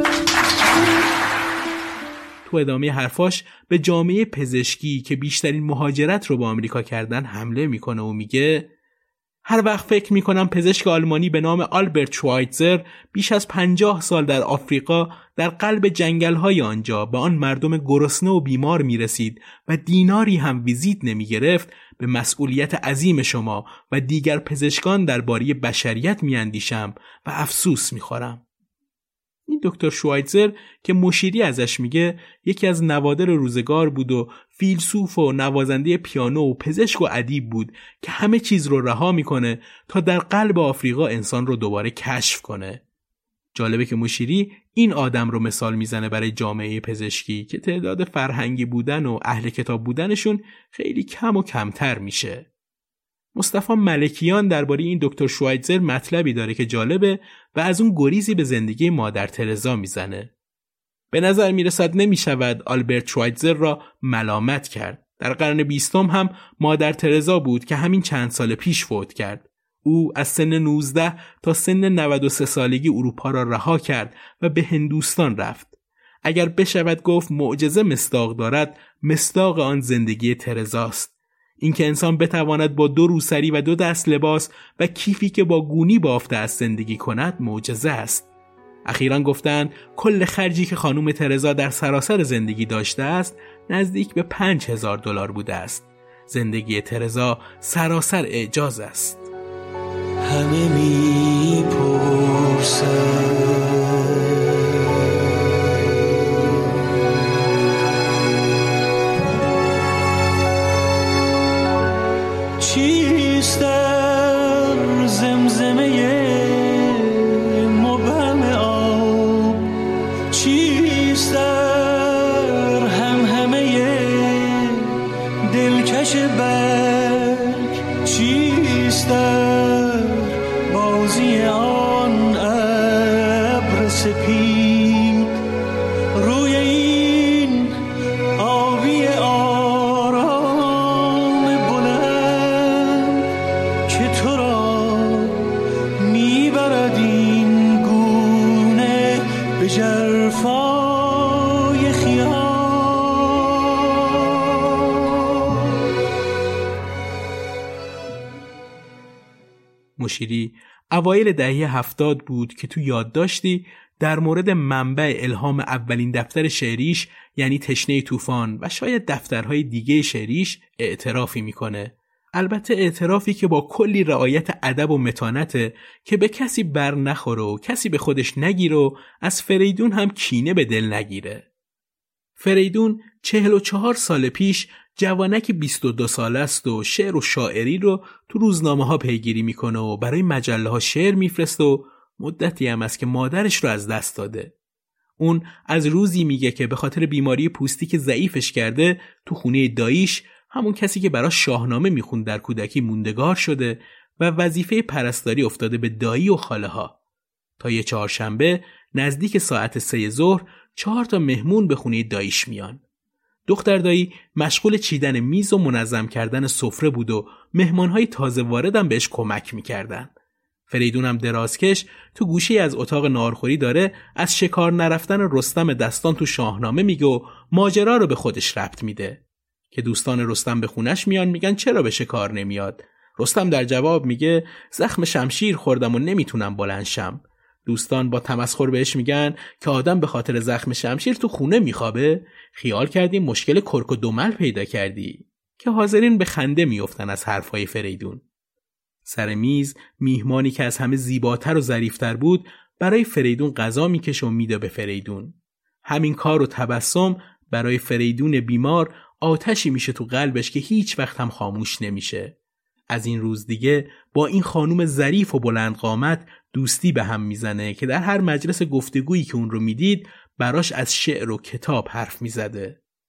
تو ادامه حرفاش به جامعه پزشکی که بیشترین مهاجرت رو با آمریکا کردن حمله میکنه و میگه هر وقت فکر میکنم پزشک آلمانی به نام آلبرت شوایتزر بیش از 50 سال در آفریقا در قلب جنگل‌های آنجا به آن مردم گرسنه و بیمار میرسید و دیناری هم ویزیت نمیگرفت، به مسئولیت عظیم شما و دیگر پزشکان درباره بشریت میاندیشم و افسوس میخورم. این دکتر شوایتزر که مشیری ازش میگه یکی از نوادر روزگار بود و فیلسوف و نوازنده پیانو و پزشک و ادیب بود که همه چیز رو رها میکنه تا در قلب آفریقا انسان رو دوباره کشف کنه. جالبه که مشیری این آدم رو مثال میزنه برای جامعه پزشکی که تعداد فرهنگی بودن و اهل کتاب بودنشون خیلی کم و کمتر میشه. مصطفی ملکیان درباره این دکتر شوایتزر مطلبی داره که جالبه و از اون گریزی به زندگی مادر ترزا میزنه. به نظر میرسد نمیشود آلبرت شوایتزر را ملامت کرد. در قرن 20 هم مادر ترزا بود که همین چند سال پیش فوت کرد. او از سن 19 تا سن 93 سالگی اروپا را رها کرد و به هندوستان رفت. اگر بشود گفت معجزه مصداق دارد، مصداق آن زندگی ترزاست. اینکه انسان بتواند با 2 روسری و 2 دست لباس و کیفی که با گونی بافته از زندگی کند معجزه است. اخیراً گفتند کل خرجی که خانم ترزا در سراسر زندگی داشته است نزدیک به $5000 بوده است. زندگی ترزا سراسر اعجاز است. همه میپرسن چیست در زمزمه مبهم آب، چیست در همهمه دلکش برگ، چیست در بازی آن ابر سپید روی این آبی آرام بلند که تو را میبرد این گونه به جرفای خیال. مشیری اوایل دهه 70 بود که تو یادداشتی در مورد منبع الهام اولین دفتر شعریش یعنی تشنه طوفان و شاید دفترهای دیگه شعریش اعترافی میکنه. البته اعترافی که با کلی رعایت ادب و متانته که به کسی بر نخوره و کسی به خودش نگیره و از فریدون هم کینه به دل نگیره. فریدون 44 سال پیش جوانک 22 ساله است و شعر و شاعری رو تو روزنامه ها پیگیری میکنه و برای مجله ها شعر میفرسته و مدتی هم است که مادرش رو از دست داده. اون از روزی میگه که به خاطر بیماری پوستی که ضعیفش کرده تو خونه داییش، همون کسی که براش شاهنامه میخوند در کودکی، موندگار شده و وظیفه پرستاری افتاده به دایی و خاله ها. تا یه چهارشنبه نزدیک ساعت 3 ظهر 4 تا مهمون به خونه داییش میان. دختر دایی مشغول چیدن میز و منظم کردن سفره بود و مهمانهای تازه واردم بهش کمک میکردن. فریدون هم درازکش تو گوشی از اتاق ناهارخوری داره از شکار نرفتن رستم دستان تو شاهنامه میگه و ماجرا رو به خودش ربط میده. که دوستان رستم به خونش میان میگن چرا به شکار نمیاد؟ رستم در جواب میگه زخم شمشیر خوردم و نمیتونم بلند شم. دوستان با تمسخر بهش میگن که آدم به خاطر زخم شمشیر تو خونه میخوابه؟ خیال کردی مشکل کرک و دمل پیدا کردی؟ که حاضرین به خنده میافتن از حرفای فریدون. سر میز میهمانی که از همه زیباتر و ظریفتر بود برای فریدون غذا میکشه و میده به فریدون. همین کار و تبسم برای فریدون بیمار آتشی میشه تو قلبش که هیچ وقت هم خاموش نمیشه. از این روز دیگه با این خانوم ظریف و بلند قامت دوستی به هم میزنه که در هر مجلس گفتگویی که اون رو میدید براش از شعر و کتاب حرف میزده.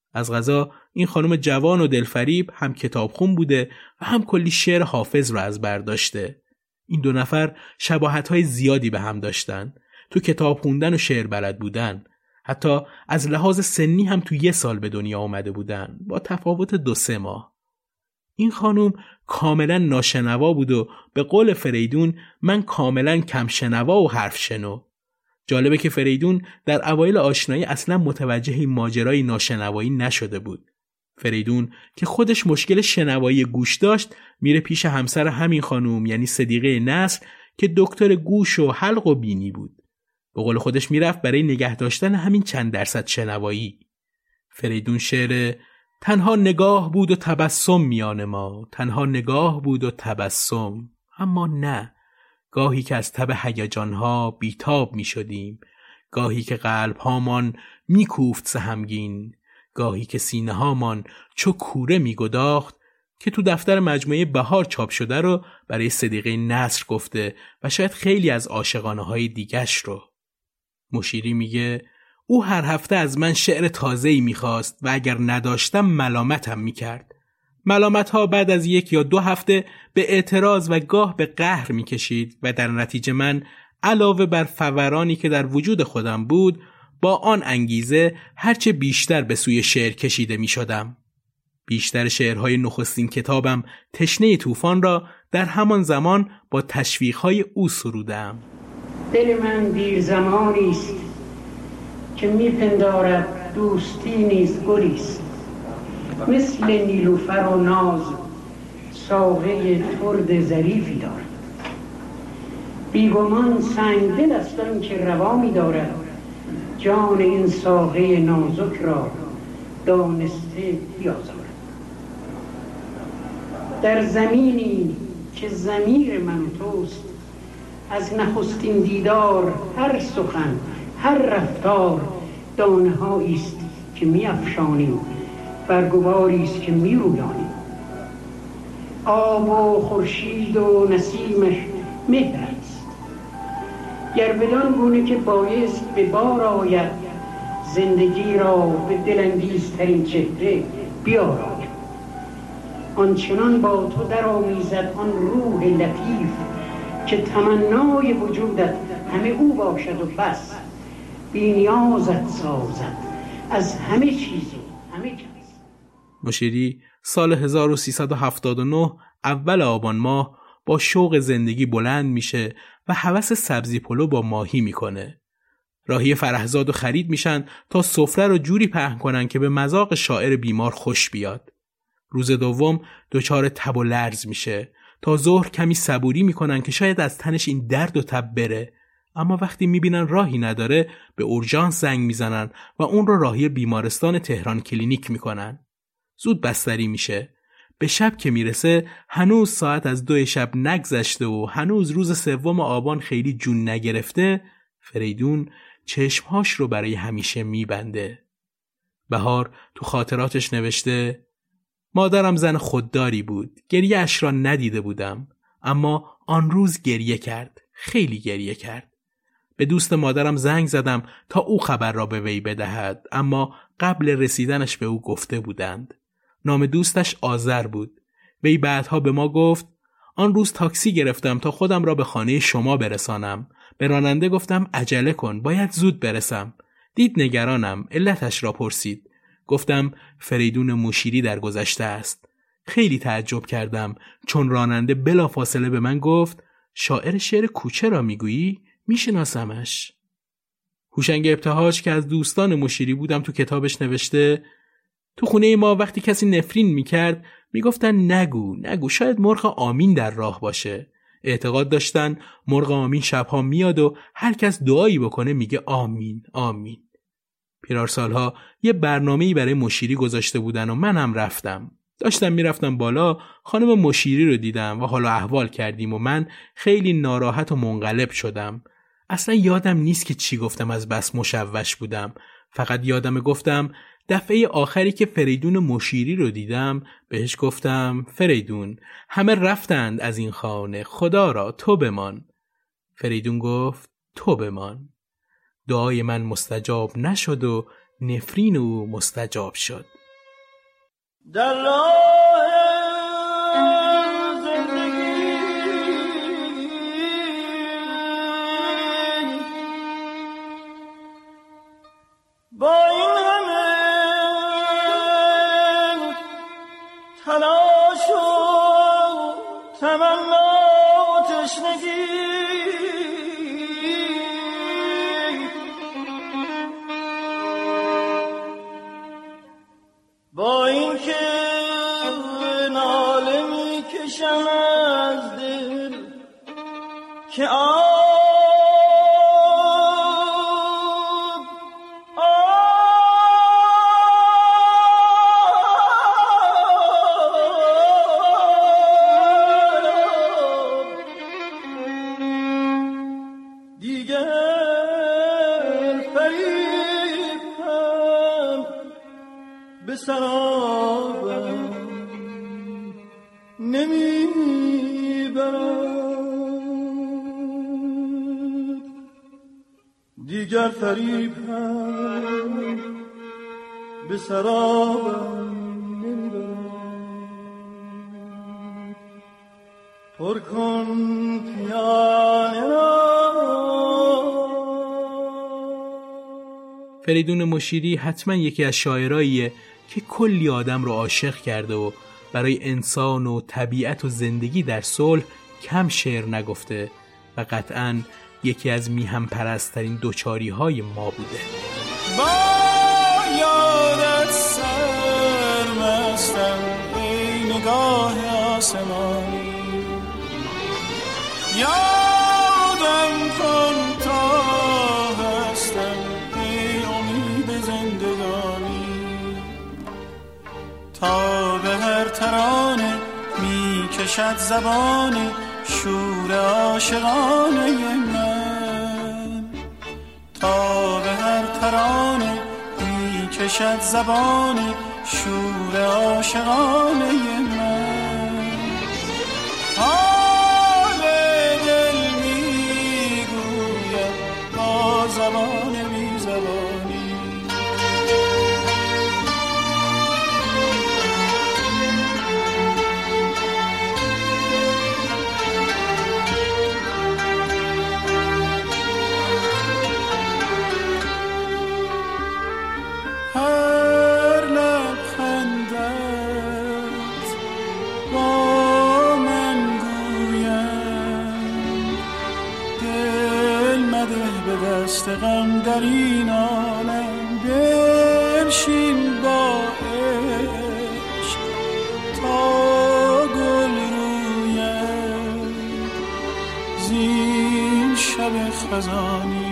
از قضا این خانم جوان و دلفریب هم کتابخون بوده و هم کلی شعر حافظ رو از بر داشته. این دو نفر شباهت‌های زیادی به هم داشتن، تو کتاب خوندن و شعر بلد بودن. حتی از لحاظ سنی هم تو 1 سال به دنیا آمده بودن، با تفاوت 2-3 ماه. این خانم کاملا ناشنوا بود و به قول فریدون من کاملا کم شنوا و حرف شنو. جالبه که فریدون در اوایل آشنایی اصلا متوجه این ماجرای ناشنوایی نشده بود. فریدون که خودش مشکل شنوایی گوش داشت میره پیش همسر همین خانم یعنی صدیقه نصر که دکتر گوش و حلق و بینی بود. به قول خودش میرفت برای نگه داشتن همین چند درصد شنوایی. فریدون شعر تنها نگاه بود و تبسم میان ما، تنها نگاه بود و تبسم، اما نه، گاهی که از تب هیجان‌ها بیتاب می‌شدیم، گاهی که قلب‌هامان می‌کوفت سهمگین، گاهی که سینه‌هامان چو کوره می‌گداخت، که تو دفتر مجموعه بهار چاپ شده رو برای صدیقه نصر گفته و شاید خیلی از عاشقانه‌های دیگش رو. مشیری میگه او هر هفته از من شعر تازه‌ای می‌خواست و اگر نداشتم ملامتم می‌کرد. ملامت‌ها بعد از 1 یا 2 هفته به اعتراض و گاه به قهر می‌کشید و در نتیجه من علاوه بر فورانی که در وجود خودم بود با آن انگیزه هرچه بیشتر به سوی شعر کشیده می‌شدم. بیشتر شعرهای نخستین کتابم تشنه طوفان را در همان زمان با تشویق‌های او سرودم. دل من دیر زمانی است که میپندارد دوستی نیز گلیست، مثل نیلوفر و ناز ساقه ترد ظریفی دارد. بیگمان سنگ دل است آن که روا می‌دارد جان این ساقه نازک را دانسته بیازارد. در زمینی که ضمیر من توست از نخستین دیدار هر سخن هر رفتار دانه هایی است که می افشانیم، برگواری است که می رویانیم. آب و خورشید و نسیمش مهر است، گر بدان گونه که بایست به بار آید زندگی را به دلانگیزترین چهره بیاراید. آنچنان با تو در آمیزد آن روح لطیف که تمنای وجودت همه او باشد و بس، بی نیازت سازد از همه چیز و همه کس. مشیری سال 1379 اول آبان ماه با شوق زندگی بلند میشه و هوس سبزی پلو با ماهی میکنه. راهی فرهزاد و خرید میشن تا سفره رو جوری پهن کنن که به مذاق شاعر بیمار خوش بیاد. روز دوم دچار تب و لرز میشه. تا ظهر کمی صبوری میکنن که شاید از تنش این درد و تب بره، اما وقتی میبینن راهی نداره به اورژانس زنگ میزنن و اون رو راهی بیمارستان تهران کلینیک میکنن. زود بستری میشه. به شب که میرسه هنوز ساعت از 2 شب نگذشته و هنوز روز 3 آبان خیلی جون نگرفته. فریدون چشمهاش رو برای همیشه میبنده. بهار تو خاطراتش نوشته مادرم زن خودداری بود. گریه اش را ندیده بودم، اما آن روز گریه کرد. خیلی گریه کرد. به دوست مادرم زنگ زدم تا او خبر را به وی بدهد، اما قبل رسیدنش به او گفته بودند. نام دوستش آذر بود. وی بعدها به ما گفت آن روز تاکسی گرفتم تا خودم را به خانه شما برسانم. به راننده گفتم عجله کن، باید زود برسم. دید نگرانم، علتش را پرسید. گفتم فریدون مشیری در گذشته است. خیلی تعجب کردم چون راننده بلافاصله به من گفت شاعر شعر کوچه را میگویی؟ میشناسمش. هوشنگ ابتهاج که از دوستان مشیری بودم تو کتابش نوشته تو خونه ما وقتی کسی نفرین میکرد میگفتن نگو شاید مرغ آمین در راه باشه. اعتقاد داشتن مرغ آمین شبها میاد و هر کس دعایی بکنه میگه آمین آمین. پیرارسالها یه برنامه‌ای برای مشیری گذاشته بودن و منم رفتم. داشتم میرفتم بالا خانم مشیری رو دیدم و حالا احوال کردیم و من خیلی ناراحت و منقلب شدم. اصلا یادم نیست که چی گفتم، از بس مشوش بودم. فقط یادم گفتم دفعه آخری که فریدون مشیری رو دیدم بهش گفتم فریدون همه رفتند از این خانه، خدا را تو بمان. فریدون گفت تو بمان. دعای من مستجاب نشد و نفرین او مستجاب شد. در راه زندگی با این همه تلاش و تمنا و تشنگی با این که ناله می کشم از دل که دیگر فریب هم به سرابم نمیبرد. پر کن پیانه را. فریدون مشیری حتما یکی از شاعراییه که کلی آدم رو عاشق کرده و برای انسان و طبیعت و زندگی در صلح کم شعر نگفته و قطعاً یکی از میهم پرست‌ترین دوچاری های ما بوده. با یادت سرمستم ای نگاه آسمانی، یادم کن تا هستم ای امید زندگانی، تا به هر ترانه می کشد زبان شور عاشقانه من، تا به هر ترانه می کشد زبان شور عاشقانه من، حال دل می گوید با زبان بی زبانی. غم در این عالم بنشین با عشق تا گل روید زین شب خزانی.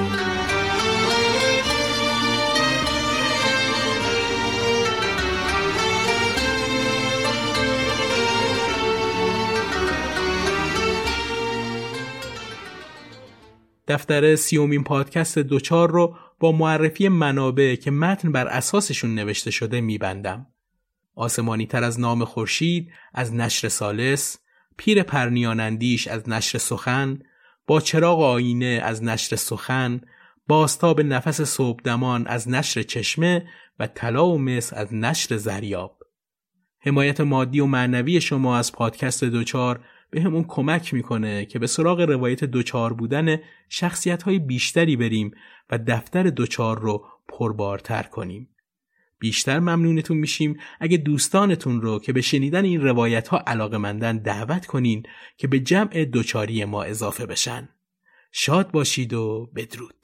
دفتر 30مین پادکست دوچار رو با معرفی منابع که متن بر اساسشون نوشته شده میبندم. آسمانی تر از نام خورشید از نشر ثالث، پیر پرنیان اندیش از نشر سخن، با چراغ آینه از نشر سخن، بازتاب نفس صبحدمان از نشر چشمه و طلا و مس از نشر زریاب. حمایت مادی و معنوی شما از پادکست دوچار به همون کمک میکنه که به سراغ روایت دوچار بودن شخصیت‌های بیشتری بریم و دفتر دوچار رو پربارتر کنیم. بیشتر ممنونتون میشیم اگه دوستانتون رو که به شنیدن این روایت‌ها علاقه‌مندن دعوت کنین که به جمع دوچاری ما اضافه بشن. شاد باشید و بدرود.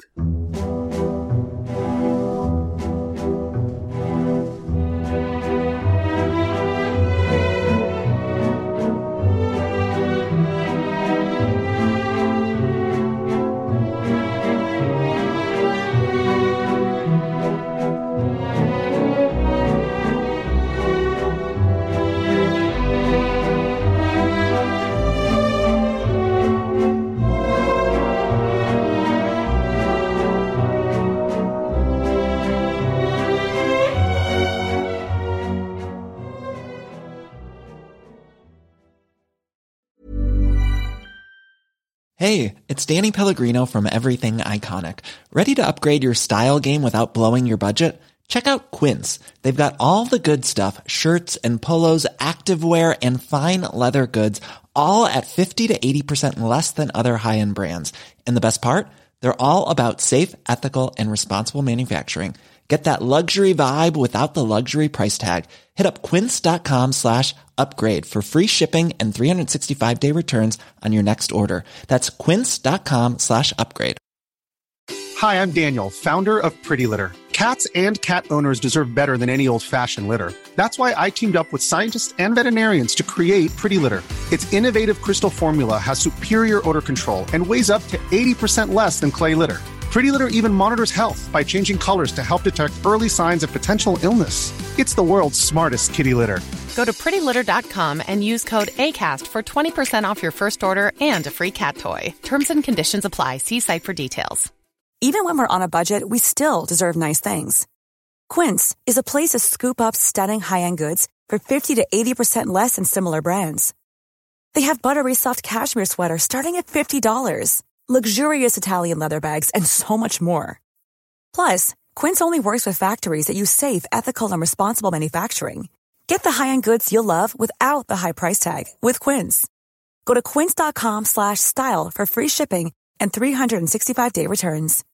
Hey, it's Danny Pellegrino from Everything Iconic. Ready to upgrade your style game without blowing your budget? Check out Quince. They've got all the good stuff, shirts and polos, activewear, and fine leather goods, all at 50 to 80% less than other high-end brands. And the best part? They're all about safe, ethical, and responsible manufacturing. Get that luxury vibe without the luxury price tag. Hit up quince.com/upgrade for free shipping and 365-day returns on your next order. That's quince.com/upgrade. Hi, I'm Daniel, founder of Pretty Litter. Cats and cat owners deserve better than any old-fashioned litter. That's why I teamed up with scientists and veterinarians to create Pretty Litter. Its innovative crystal formula has superior odor control and weighs up to 80% less than clay litter. Pretty Litter even monitors health by changing colors to help detect early signs of potential illness. It's the world's smartest kitty litter. Go to prettylitter.com and use code ACAST for 20% off your first order and a free cat toy. Terms and conditions apply. See site for details. Even when we're on a budget, we still deserve nice things. Quince is a place to scoop up stunning high-end goods for 50 to 80% less than similar brands. They have buttery soft cashmere sweaters starting at $50, luxurious Italian leather bags, and so much more. Plus, Quince only works with factories that use safe, ethical, and responsible manufacturing. Get the high-end goods you'll love without the high price tag with Quince. Go to quince.com/style for free shipping and 365-day returns.